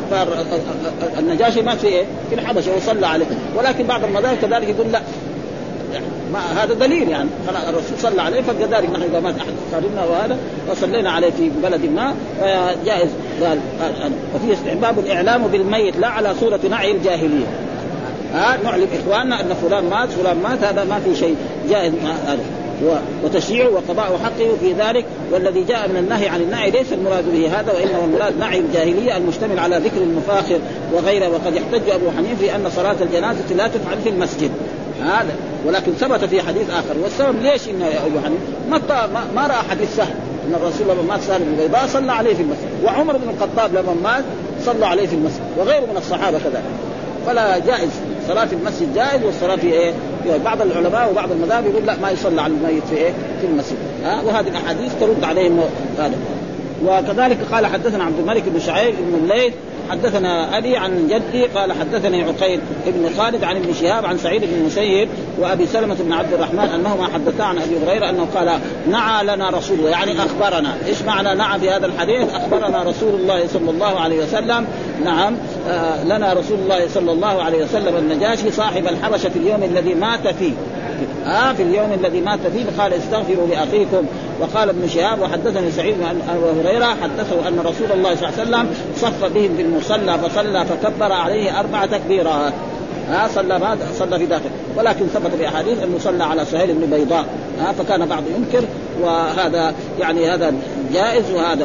S2: النجاشي مات في إيه؟ في الحبشة وصلى عليه، ولكن بعض المذاهب كذلك يقول لا، يعني ما هذا دليل، يعني الرسول صلى عليه فكذلك نحن إذا مات أحد قريبنا وهذا وصلينا عليه في بلد ما جائز. قال وفي استحباب الإعلام بالميت لا على صورة نعي الجاهلية. ها نعلم إخواننا أن فلان مات فلان مات، هذا ما في شيء جائز هذا. وتشريعه وقضاء حقه في ذلك. والذي جاء من النهي عن النعي ليس المراد به هذا، وإنما المراد نعي الجاهلية المشتمل على ذكر المفاخر وغيره. وقد يحتج أبو حنيفة في أن صلاة الجنازة لا تفعل في المسجد هذا، ولكن ثبت في حديث آخر. والسبب ليش إن أبو حنيفة ما, ما رأى حديث سهل أن الرسول لما مات سهل بن بيضاء صلى عليه في المسجد، وعمر بن الخطاب لما مات صلى عليه في المسجد، وغيره من الصحابة كذلك. فلا جائز صلاة في المسجد جائز، والصلاة في إيه؟ بعض العلماء وبعض المذاهب يقول لا ما يصلى على الميت في إيه؟ في المسجد. ها وهذه الأحاديث ترد عليهم هذا. وكذلك قال حدثنا عبد الملك بن شعيب بن الليث حدثنا أبي عن جدي قال حدثني عقيل بن خالد عن ابن شهاب عن سعيد بن المسيب وأبي سلمة بن عبد الرحمن أنهما حدثا عن أبي هريرة أنه قال نعى لنا رسول الله، يعني أخبرنا. إيش معنى نعى في هذا الحديث؟ أخبرنا رسول الله صلى الله عليه وسلم. نعم آه لنا رسول الله صلى الله عليه وسلم النجاشي صاحب الحبشة في اليوم الذي مات فيه. آه في اليوم الذي مات فيه قال استغفروا لأخيكم. وقال ابن شهاب وحدثني سعيد عن أبي هريرة حدثه أن رسول الله صلى الله عليه وسلم صف بهم في المصلى فصلى فكبر عليه أربع تكبيرات. ها صلى ما صلى في داخل، ولكن ثبت في أحاديث أنه صلى على سهيل بن بيضاء. ها فكان بعض ينكر، وهذا يعني هذا جائز وهذا.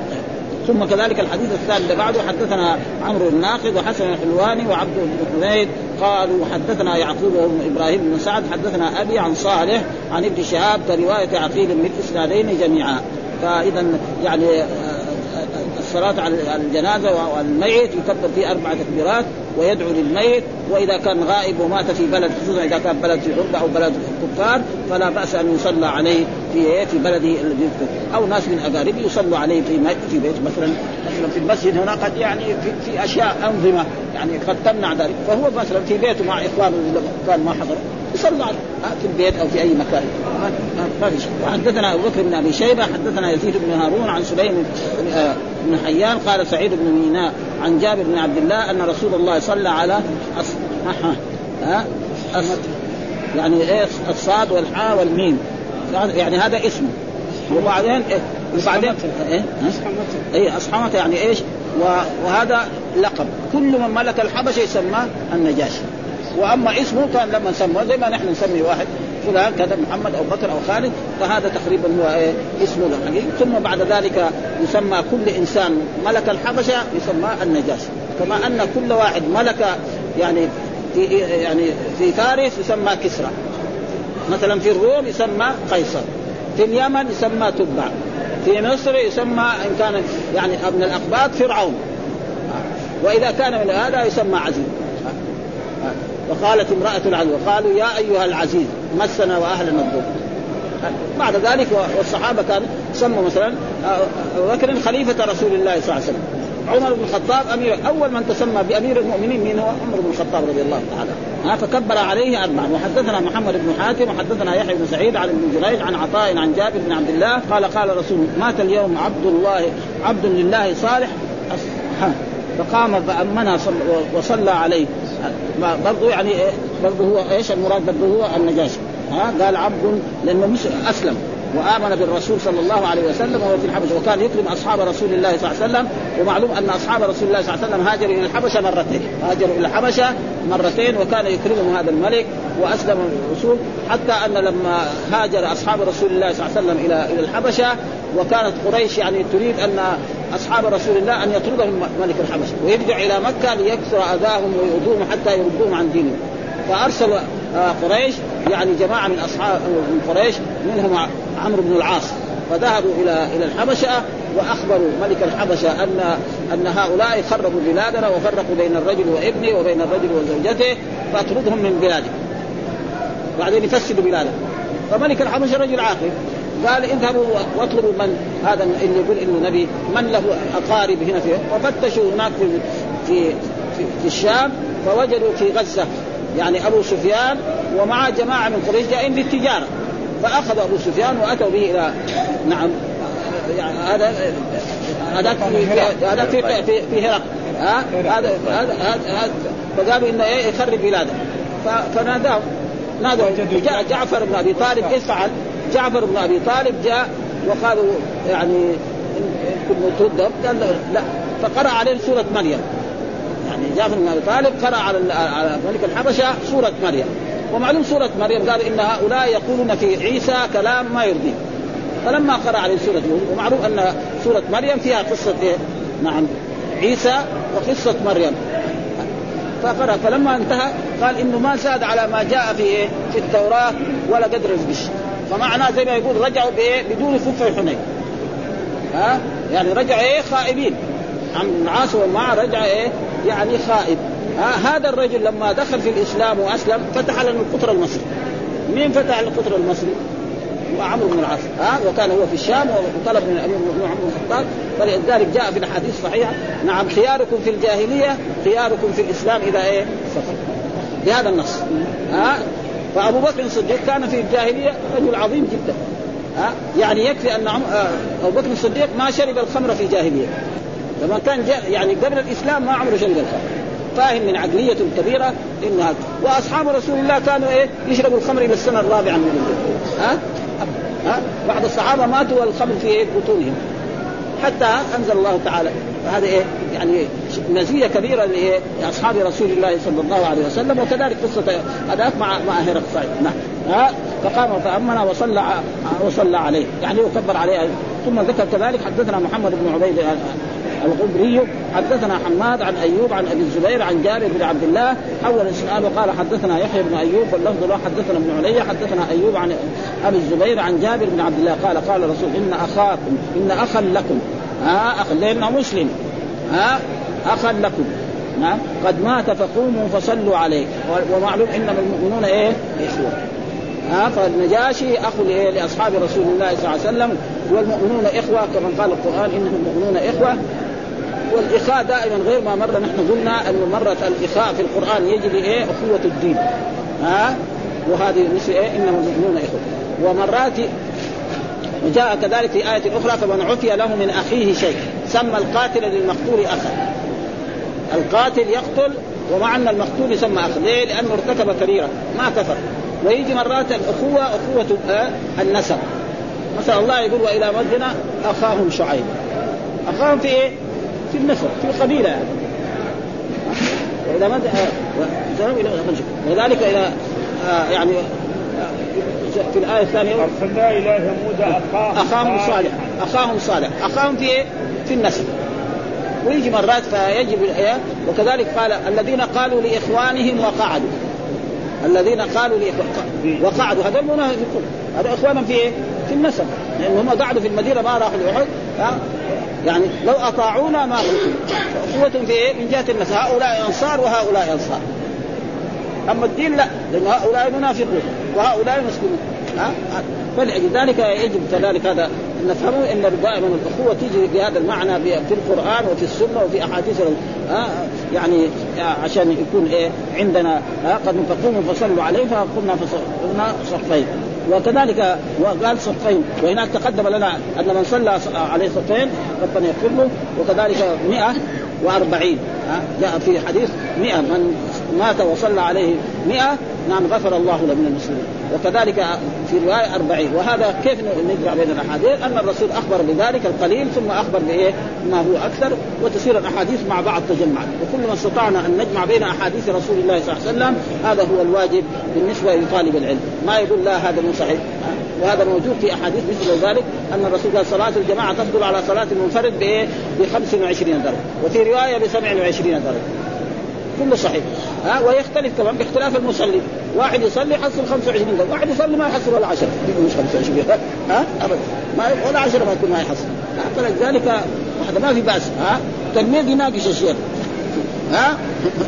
S2: ثم كذلك الحديث الثاني اللي بعده حدثنا عمرو الناقد وحسن الحلواني وعبد بن حميد قالوا حدثنا يعقوب بن ابراهيم بن سعد حدثنا ابي عن صالح عن ابن شهاب كروايه عقيل من الاسنادين جميعا. فاذا يعني الصلاة على الجنازة والميت يكبر فيه أربع تكبيرات ويدعو للميت، وإذا كان غائب ومات في بلد خصوصا إذا كان بلد في عربة أو بلد كفار فلا بأس أن يصلى عليه في في بلده الذي أو ناس من أقاربه يصلوا عليه في في بيت مثلا مثلا في المسجد هنا قد يعني في, في أشياء أنظمة يعني قد تمنع ذلك، فهو مثلا في بيته مع إخوانه كان ما حضر يصلى عليه في البيت أو في أي مكان ما في شيء. وحدثنا أبو بكر بن أبي شيبة حدثنا يزيد بن هارون عن سليم بن حيان قال سعيد بن ميناء عن جابر بن عبد الله أن رسول الله صلى على أص... ها أص... يعني إيه الصاد والحاء والميم يعني هذا اسمه، وبعدين إيه؟ وبعدين إيه إيه أصحمته يعني إيش، وهذا لقب كل من ملك الحبشة يسمى النجاشي. وأما اسمه كان لما نسميه زي ما نحن نسمي واحد فلان كذا محمد أو بكر أو خالد، فهذا تقريبا هو إيه اسمه الحقيقي. ثم بعد ذلك يسمى كل إنسان ملك الحبشة يسمى النجاشي، كما أن كل واحد ملك يعني في يعني في فارس يسمى كسرى، مثلا في الروم يسمى قيصر، في اليمن يسمى تبع، في مصر يسمى إن كان يعني ابن الأقباط فرعون، وإذا كان من هذا يسمى عزيز. وقالت امرأة العزيز وقالوا يا أيها العزيز مسنا وأهلنا الضر. بعد ذلك والصحابة كانوا سموا مثلا أبو بكر خليفة رسول الله صلى الله عليه وسلم، عمر بن الخطاب أمير، أول من تسمى بأمير المؤمنين من هو عمر بن الخطاب رضي الله تعالى عنه، فكبر عليه أربعا. وحدثنا محمد بن حاتم وحدثنا يحيى بن سعيد عن ابن جريج عن عطاء عن جابر بن عبد الله قال قال رسول مات اليوم عبد الله عبد لله صالح فقام فأمنا وصلى عليه. برضو يعني برضو هو ايش المراد؟ برضو هو النجاشي. ها قال عبد لأنه مش أسلم وآمن بالرسول صلى الله عليه وسلم وهو في الحبشة، وكان يكرم أصحاب رسول الله صلى الله عليه وسلم. ومعلوم أن أصحاب رسول الله صلى الله عليه وسلم هاجروا إلى الحبشة مرتين هاجروا إلى الحبشة مرتين وكان يكرمهم هذا الملك وأسلم الرسول، حتى أن لما هاجر أصحاب رسول الله صلى الله عليه وسلم إلى إلى الحبشة وكانت قريش يعني تريد أن أصحاب رسول الله أن يطردهم ملك الحبشة ويرجع إلى مكة ليكثر أذاهم ويؤذوهم حتى يردوهم عن دينهم، فأرسل قريش يعني جماعة من أصحاب من قريش منهم عمرو بن العاص، فذهبوا إلى إلى الحبشة وأخبروا ملك الحبشة أن أن هؤلاء خربوا بلادنا وفرقوا بين الرجل وابنه وبين الرجل وزوجته فأطردهم من بلاده بعدين يفسدوا بلاده. فملك الحبشة رجل عاقل قال اذهبوا واطلبوا من هذا اللي يقول إنه نبي من له أقارب هنا فيه. وفتشوا هناك في في في, في الشام فوجدوا في غزة يعني أبو سفيان ومع جماعة من قريش جائين للتجارة، فأخذ أبو سفيان وأتوا به إلى نعم يعني هذا هذا هذا في في في هرق ها هذا هذا فقالوا إنه إيه يخرب بلاده. فنادوا نادوا جاء جعفر بن أبي طالب إيش فعل؟ جعفر بن أبي طالب جاء وقالوا يعني كنا تردهم قال لا، فقرأ عليه سورة مريم. يعني جعفر بن أبي طالب قرأ على على ملك الحبشة سورة مريم، ومعلوم سورة مريم قال إن هؤلاء يقولون في عيسى كلام ما يرضي. فلما قرأ عليه سورة يوسف ومعروف أن سورة مريم فيها قصة إيه؟ نعم عيسى وقصة مريم. فقرأ فلما انتهى قال إنه ما زاد على ما جاء في إيه؟ في التوراة ولا قدر البش. فمعناه زي ما يقول رجعوا بإيه؟ بدون كف حنين. ها يعني رجع إيه خائبين. عم العاص ومعه رجع إيه يعني خائب. ها هذا الرجل لما دخل في الإسلام وأسلم فتح له القطر المصري. مين فتح القطر المصري؟ عمرو بن العاص. ها وكان هو في الشام وطلب من الأمير عمرو بن الخطاب. فلذلك جاء في الحديث صحيح نعم خياركم في الجاهلية خياركم في الإسلام إذا إيه سفر بهذا النص. ها فأبو بكر الصديق كان في الجاهلية رجل عظيم جدا. ها يعني يكفي أن أبو بكر الصديق ما شرب الخمر في جاهلية، لما كان يعني قبل الإسلام ما عمره شرب الخمر، فاهم من عقلية كبيرة إن هذا. وأصحاب رسول الله كانوا إيه يشربوا الخمر إلى السنة الرابعة من الوجود. ها ها بعض الصحابة ماتوا والخمر في إيه بطونهم حتى أنزل الله تعالى. فهذا إيه يعني مزية كبيرة لأصحاب رسول الله صلى الله عليه وسلم. وكذلك قصة هذاك مع مع هرقل صايد. نعم ها فقام فأمنا وصلى وصلى عليه يعني وكبر عليه. ثم ذكر كذلك حدثنا محمد بن عبيد الغبري حدثنا حماد عن أيوب عن أبي الزبير عن جابر بن عبد الله حول السؤال وقال حدثنا يحيى بن أيوب واللفظ له حدثنا ابن علي حدثنا أيوب عن أبي الزبير عن جابر بن عبد الله قال قال رسول إن أخاكم إن أخا لكم ها أخ لأنه مسلم ها أخا لكم نعم قد مات فقوموا فصلوا عليه. ومعلوم إنما المؤمنون إيه إخوة. ها فالنجاشي أخو لأصحاب رسول الله صلى الله عليه وسلم والمؤمنون إخوة كما قال القرآن إنهم المؤمنون إخوة. والإخاء دائما غير ما مرة نحن قلنا أن مرة الإخاء في القرآن يجب إيه أخوة الدين. ها وهذه مثل إيه إنهم المؤمنون إخوة. ومرات وجاء كذلك في آية أخرى فمن عفي له من أخيه شيء سمى القاتل للمقتول أخا. القاتل يقتل ومع أن المقتول يسمى أخ. ليه؟ لأنه ارتكب كبيرة ما كفر. ويجي مرات الأخوة أخوة النسب. مثلا الله يقول وإلى مدين أخاهم شعيب. أخاهم في إيه؟ في النسب في القبيلة يعني. وإلى مدين وذلك إلى يعني في الآية الثانية
S1: أرسلنا إلى ثمود
S2: أخاهم صالح. أخاهم صالح أخاهم في إيه؟ في النسب. ويجي مرات فيجب الآية. وكذلك قال الذين قالوا لإخوانهم وقعدوا. الذين قالوا لإخوانهم وقعدوا هذول منافقون. هذول إخوانهم في إيه؟ في النسب لأن هم قعدوا في المدينة ما راحوا لأحد. يعني لو أطاعونا ما قلتوا. أخوتهم في إيه؟ من جهة النسب هؤلاء أنصار وهؤلاء أنصار. أما الدين لا لأن هؤلاء منافقون وهؤلاء مسلمون. ها فلذلك يجب كذلك هذا نفهمه ان دائما الاخوه تيجي بهذا المعنى في القران وفي السنه وفي احاديث ها يعني عشان يكون ايه عندنا ها قد تقوموا فصلوا عليه فقلنا فصلنا صفين. وكذلك وقال صفين وهناك تقدم لنا ان من صلى عليه صفين ربنا يغفر له. وكذلك مئة وأربعين جاء في حديث مئة من مات وصلى عليه مئة نعم غفر الله له من المسلمين. وكذلك في رواية أربعين. وهذا كيف نجمع بين الأحاديث أن الرسول أخبر بذلك القليل ثم أخبر بإيه ما هو أكثر وتصير الأحاديث مع بعض تجمعا. وكل ما استطعنا أن نجمع بين أحاديث رسول الله صلى الله عليه وسلم هذا هو الواجب بالنسبة لطالب العلم. ما يقول لا هذا مو صحيح. وهذا موجود في أحاديث مثل ذلك أن الرسول قال صلاة الجماعة تفضل على صلاة المنفرد بإيه بخمس وعشرين درجة وفي رواية بسبع وعشرين درجة. كله صحيح. ها ويختلف كمان باختلاف المصلي، واحد يصلي يحصل خمسة وعشرين دقيقة، واحد يصلي ما يحصل ولا عشرة، مش خمسة وعشرين ها أبدا ما ولا عشرة ما يكون ما يحصل. فلذلك واحدة ما في بأس. ها تلميذ يناقش الشيخ ها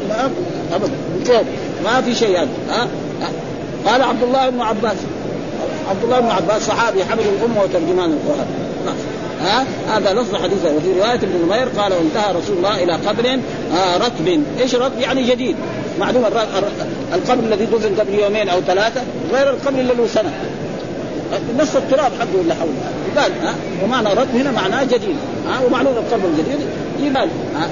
S2: أبدا ما في شيء. ها قال عبد الله بن عباس، عبد الله بن عباس صحابي حمل الأمة وترجمان القرآن. ها هذا لفظ حديثه. وفي رواية ابن نمير قال وانتهى رسول الله إلى قبر آه رطب. إيش رطب؟ يعني جديد. معلوم القبر الذي دفن قبل يومين أو ثلاثة غير القبر اللي له سنة، نص التراب حقه ولا حوله قال. ها ومعنى رطب هنا معناه جديد. ها ومعلوم القبر الجديد يبان.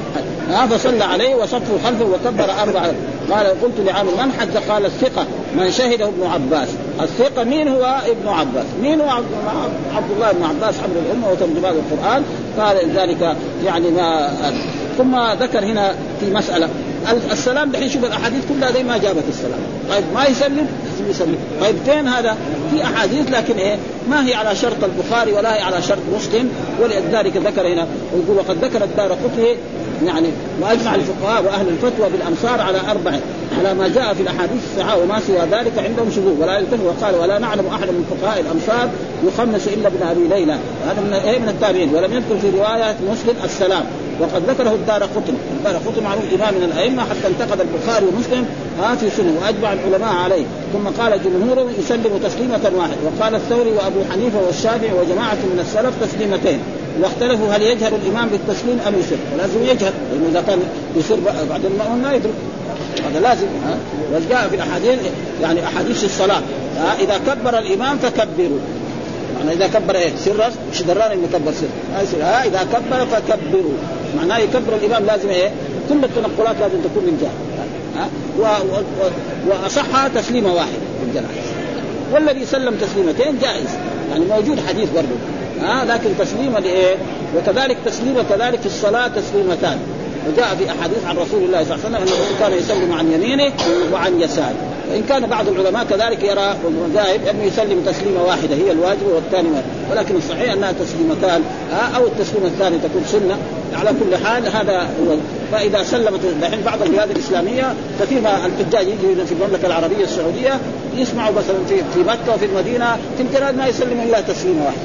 S2: ها فصلى عليه وصفه خلفه وكبر أربعة. قال قلت لعامر من حج؟ قال الثقة من شهده ابن عباس. الثقة مين هو؟ ابن عباس. مين هو عبد الله بن عباس حمل الأمة وترجمان القرآن؟ قال ذلك يعني ما. ثم ذكر هنا في مسألة السلام. دحين شوف الأحاديث كلها زي ما جابت السلام. طيب ما يسلم يسلم. طيب تين هذا في أحاديث لكن إيه ما هي على شرط البخاري ولا هي على شرط مسلم، ولذلك ذكر هنا ويقول وقد ذكر الدارقطني يعني وأجمع الفقهاء وأهل الفتوى بالأمصار على أربعة على ما جاء في الأحاديث الصحيحة وما سوى ذلك عندهم شذوذ ولا يلتفت. وقال ولا نعلم أحد من فقهاء الأمصار يخمس إلا ابن أبي ليلى هذا من إيه من التابعين. ولم يذكر في رواية مسلم السلام. وقد ذكره الدارقطني. الدارقطني معروف إمام من الأئمة حتى انتقد البخاري ومسلم ها في سنة وأجمع العلماء عليه. ثم قال جمهور يسلم تسليمة واحد. وقال الثوري وأبو حنيفة والشافعي وجماعة من السلف تسليمتين. واختلفوا هل يجهر الإمام بالتسليم أم يسر. ولازم يجهر لأنه إذا كان يسر بعد المأمون ما يدرك هذا لازم. ها وجاء في الأحاديث يعني أحاديث الصلاة ها إذا كبر الإمام فكبروا. يعني إذا كبر إيه سرا مش دران إنه كبر سر. ها إذا كبر فكبروا معناه يكبر الإمام لازم إيه كل التنقلات لازم تكون من جهة. ها و... و... وأصحها تسليمة واحد بالجناح. والذي سلم تسليمتين جائز يعني موجود حديث برضه. ها لكن تسليمة لإيه؟ وكذلك تسليمة كذلك في الصلاة تسليمتان. وجاء في أحاديث عن رسول الله صلى الله عليه وسلم أن الرسول كان يسلم عن يمينه وعن يساره. وإن كان بعض العلماء كذلك يرى والمذاهب أنه يسلم تسليمة واحدة هي الواجب والثاني ما. ولكن الصحيح أنها تسليمتان أو التسليمة الثانية تكون سنة. على كل حال هذا هو. فإذا سلمت دحين بعض البلاد الإسلامية كثير ما الحجاج يجوا في المملكة العربية السعودية يسمعوا مثلا في في مكة وفي المدينة في البلاد ما يسلموا إلا تسليمة واحدة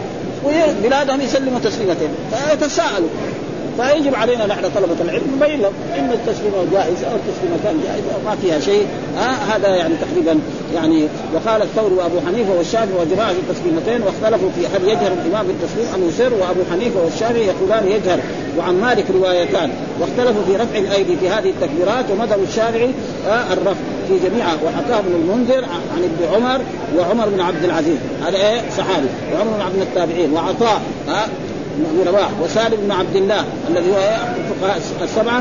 S2: وبلادهم يسلموا تسليمتين فيتساءلوا. فيجب علينا نحن طلبة العلم نبين لهم إن التسليمة جائزة أو التسليمتان جائزة أو ما فيها شيء. ها هذا يعني تقريبا يعني. وقال الثوري وأبو حنيفة والشافعي وجماعة في التسليمتين واختلفوا في هل يجهر الإمام بالتسليم أم يسر. وأبو حنيفة والشافعي يقولان يجهر. وعن مالك روايتان. واختلفوا في رفع الأيدي في هذه التكبيرات. ومذهب الشافعي الرفع في جميعها. وحكاه ابن المنذر عن ابن عمر وعمر بن عبد العزيز هذا إيه صحابي وعمر بن عبد التابعين وعطاء ها بن رباح وسالم بن عبد الله الذي هو الفقهاء السبعة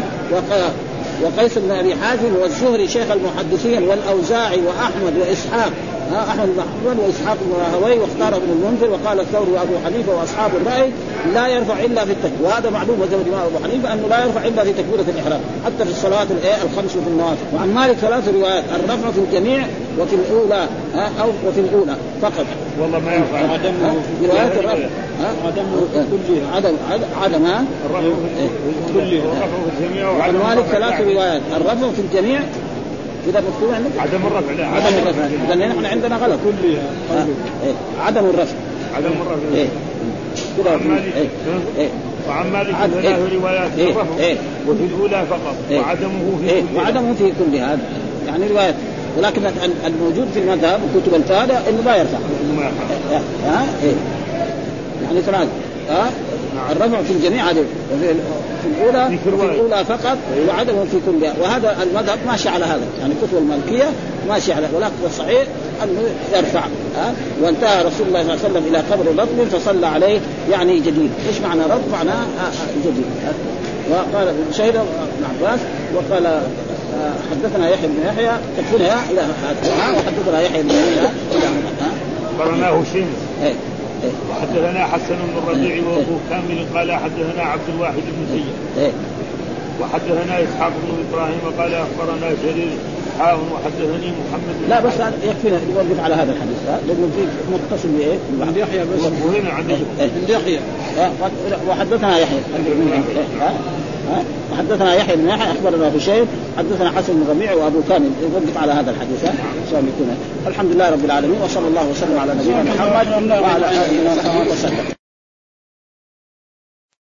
S2: وقيس بن أبي حازم والزهري شيخ المحدثين والأوزاعي وأحمد وإسحاق ها أحمد بن حنبل وإسحاق بن راهويه. واختار ابن المنذر وقال الثوري وأبو حنيفة وأصحاب الرأي لا يرفع إلا في التكبير. وهذا معلوم مذهب الإمام أبو حنيفة أنه لا يرفع إلا في تكبيرة الإحرام حتى في الصلاة الخمس وفي النوافل. وعن مالك ثلاث روايات الرفع في الجميع وفي الأولى ها أو وفي الأولى فقط.
S1: والله ما يرفع عدم
S2: روايات الرفع عدم كلها عدم عدم ها
S1: الرفع في كله والرفع في الجميع.
S2: وعن مالك ثلاث روايات الرفع في الجميع إذا مكتوب عندك
S1: عدم الرفع. لا
S2: عدم الرفع إذا نحن عندنا غلط
S1: كلها
S2: آه. إيه. عدم الرفع
S1: عدم الرفع
S2: إيه.
S1: وعن مالك
S2: إيه. إيه.
S1: وعن مالك ثلاث روايات
S2: إيه.
S1: الرفع
S2: إيه.
S1: وفي الأولى فقط إيه. وعدمه في
S2: إيه.
S1: كلها
S2: وعدمه في كلها هذا يعني روايات. ولكن الموجود في المذهب وكتب الفادة إنه ما يرفع ها آه. إيه. يعني ثلاث ها آه. الرفع في الجميع عدم وفي في الأولى في الأولى فقط وعدمه في كلها. وهذا المذهب ماشي على هذا يعني كتب المالكية ماشي على. ولكن الصحيح أنه يرفع ها. وانتهى رسول الله صلى الله عليه وسلم إلى قبر رطب فصلى عليه يعني جديد. إيش معنى رطب؟ معناه جديد. وقال شهد ابن عباس وقال حدثنا يحيى بن يحيى تكفينا يا إلى هذا وحدثنا يحيى بن يحيى
S1: قرناه شمس. وحدثنا حسن بن الربيع وابو كامل قال حدثنا عبد الواحد بن زيد وحدثنا اسحاق بن ابراهيم قال اخبرنا جرير حاهم وحدثني محمد.
S2: لا بس يكفينا نوقف على هذا الحديث لانه في متصل بايه بعد يحيى بس
S1: وهنا عندك
S2: عند يحيى وحدثنا يحيى ها حدثنا يحيى بن يحيى اخبرنا بشير حدثنا حسن بن ربيع وابو كامل يوقف على هذا الحديث. الحمد لله رب العالمين وصلى الله وسلم على نبينا محمد وعلى اله وصحبه وسلم.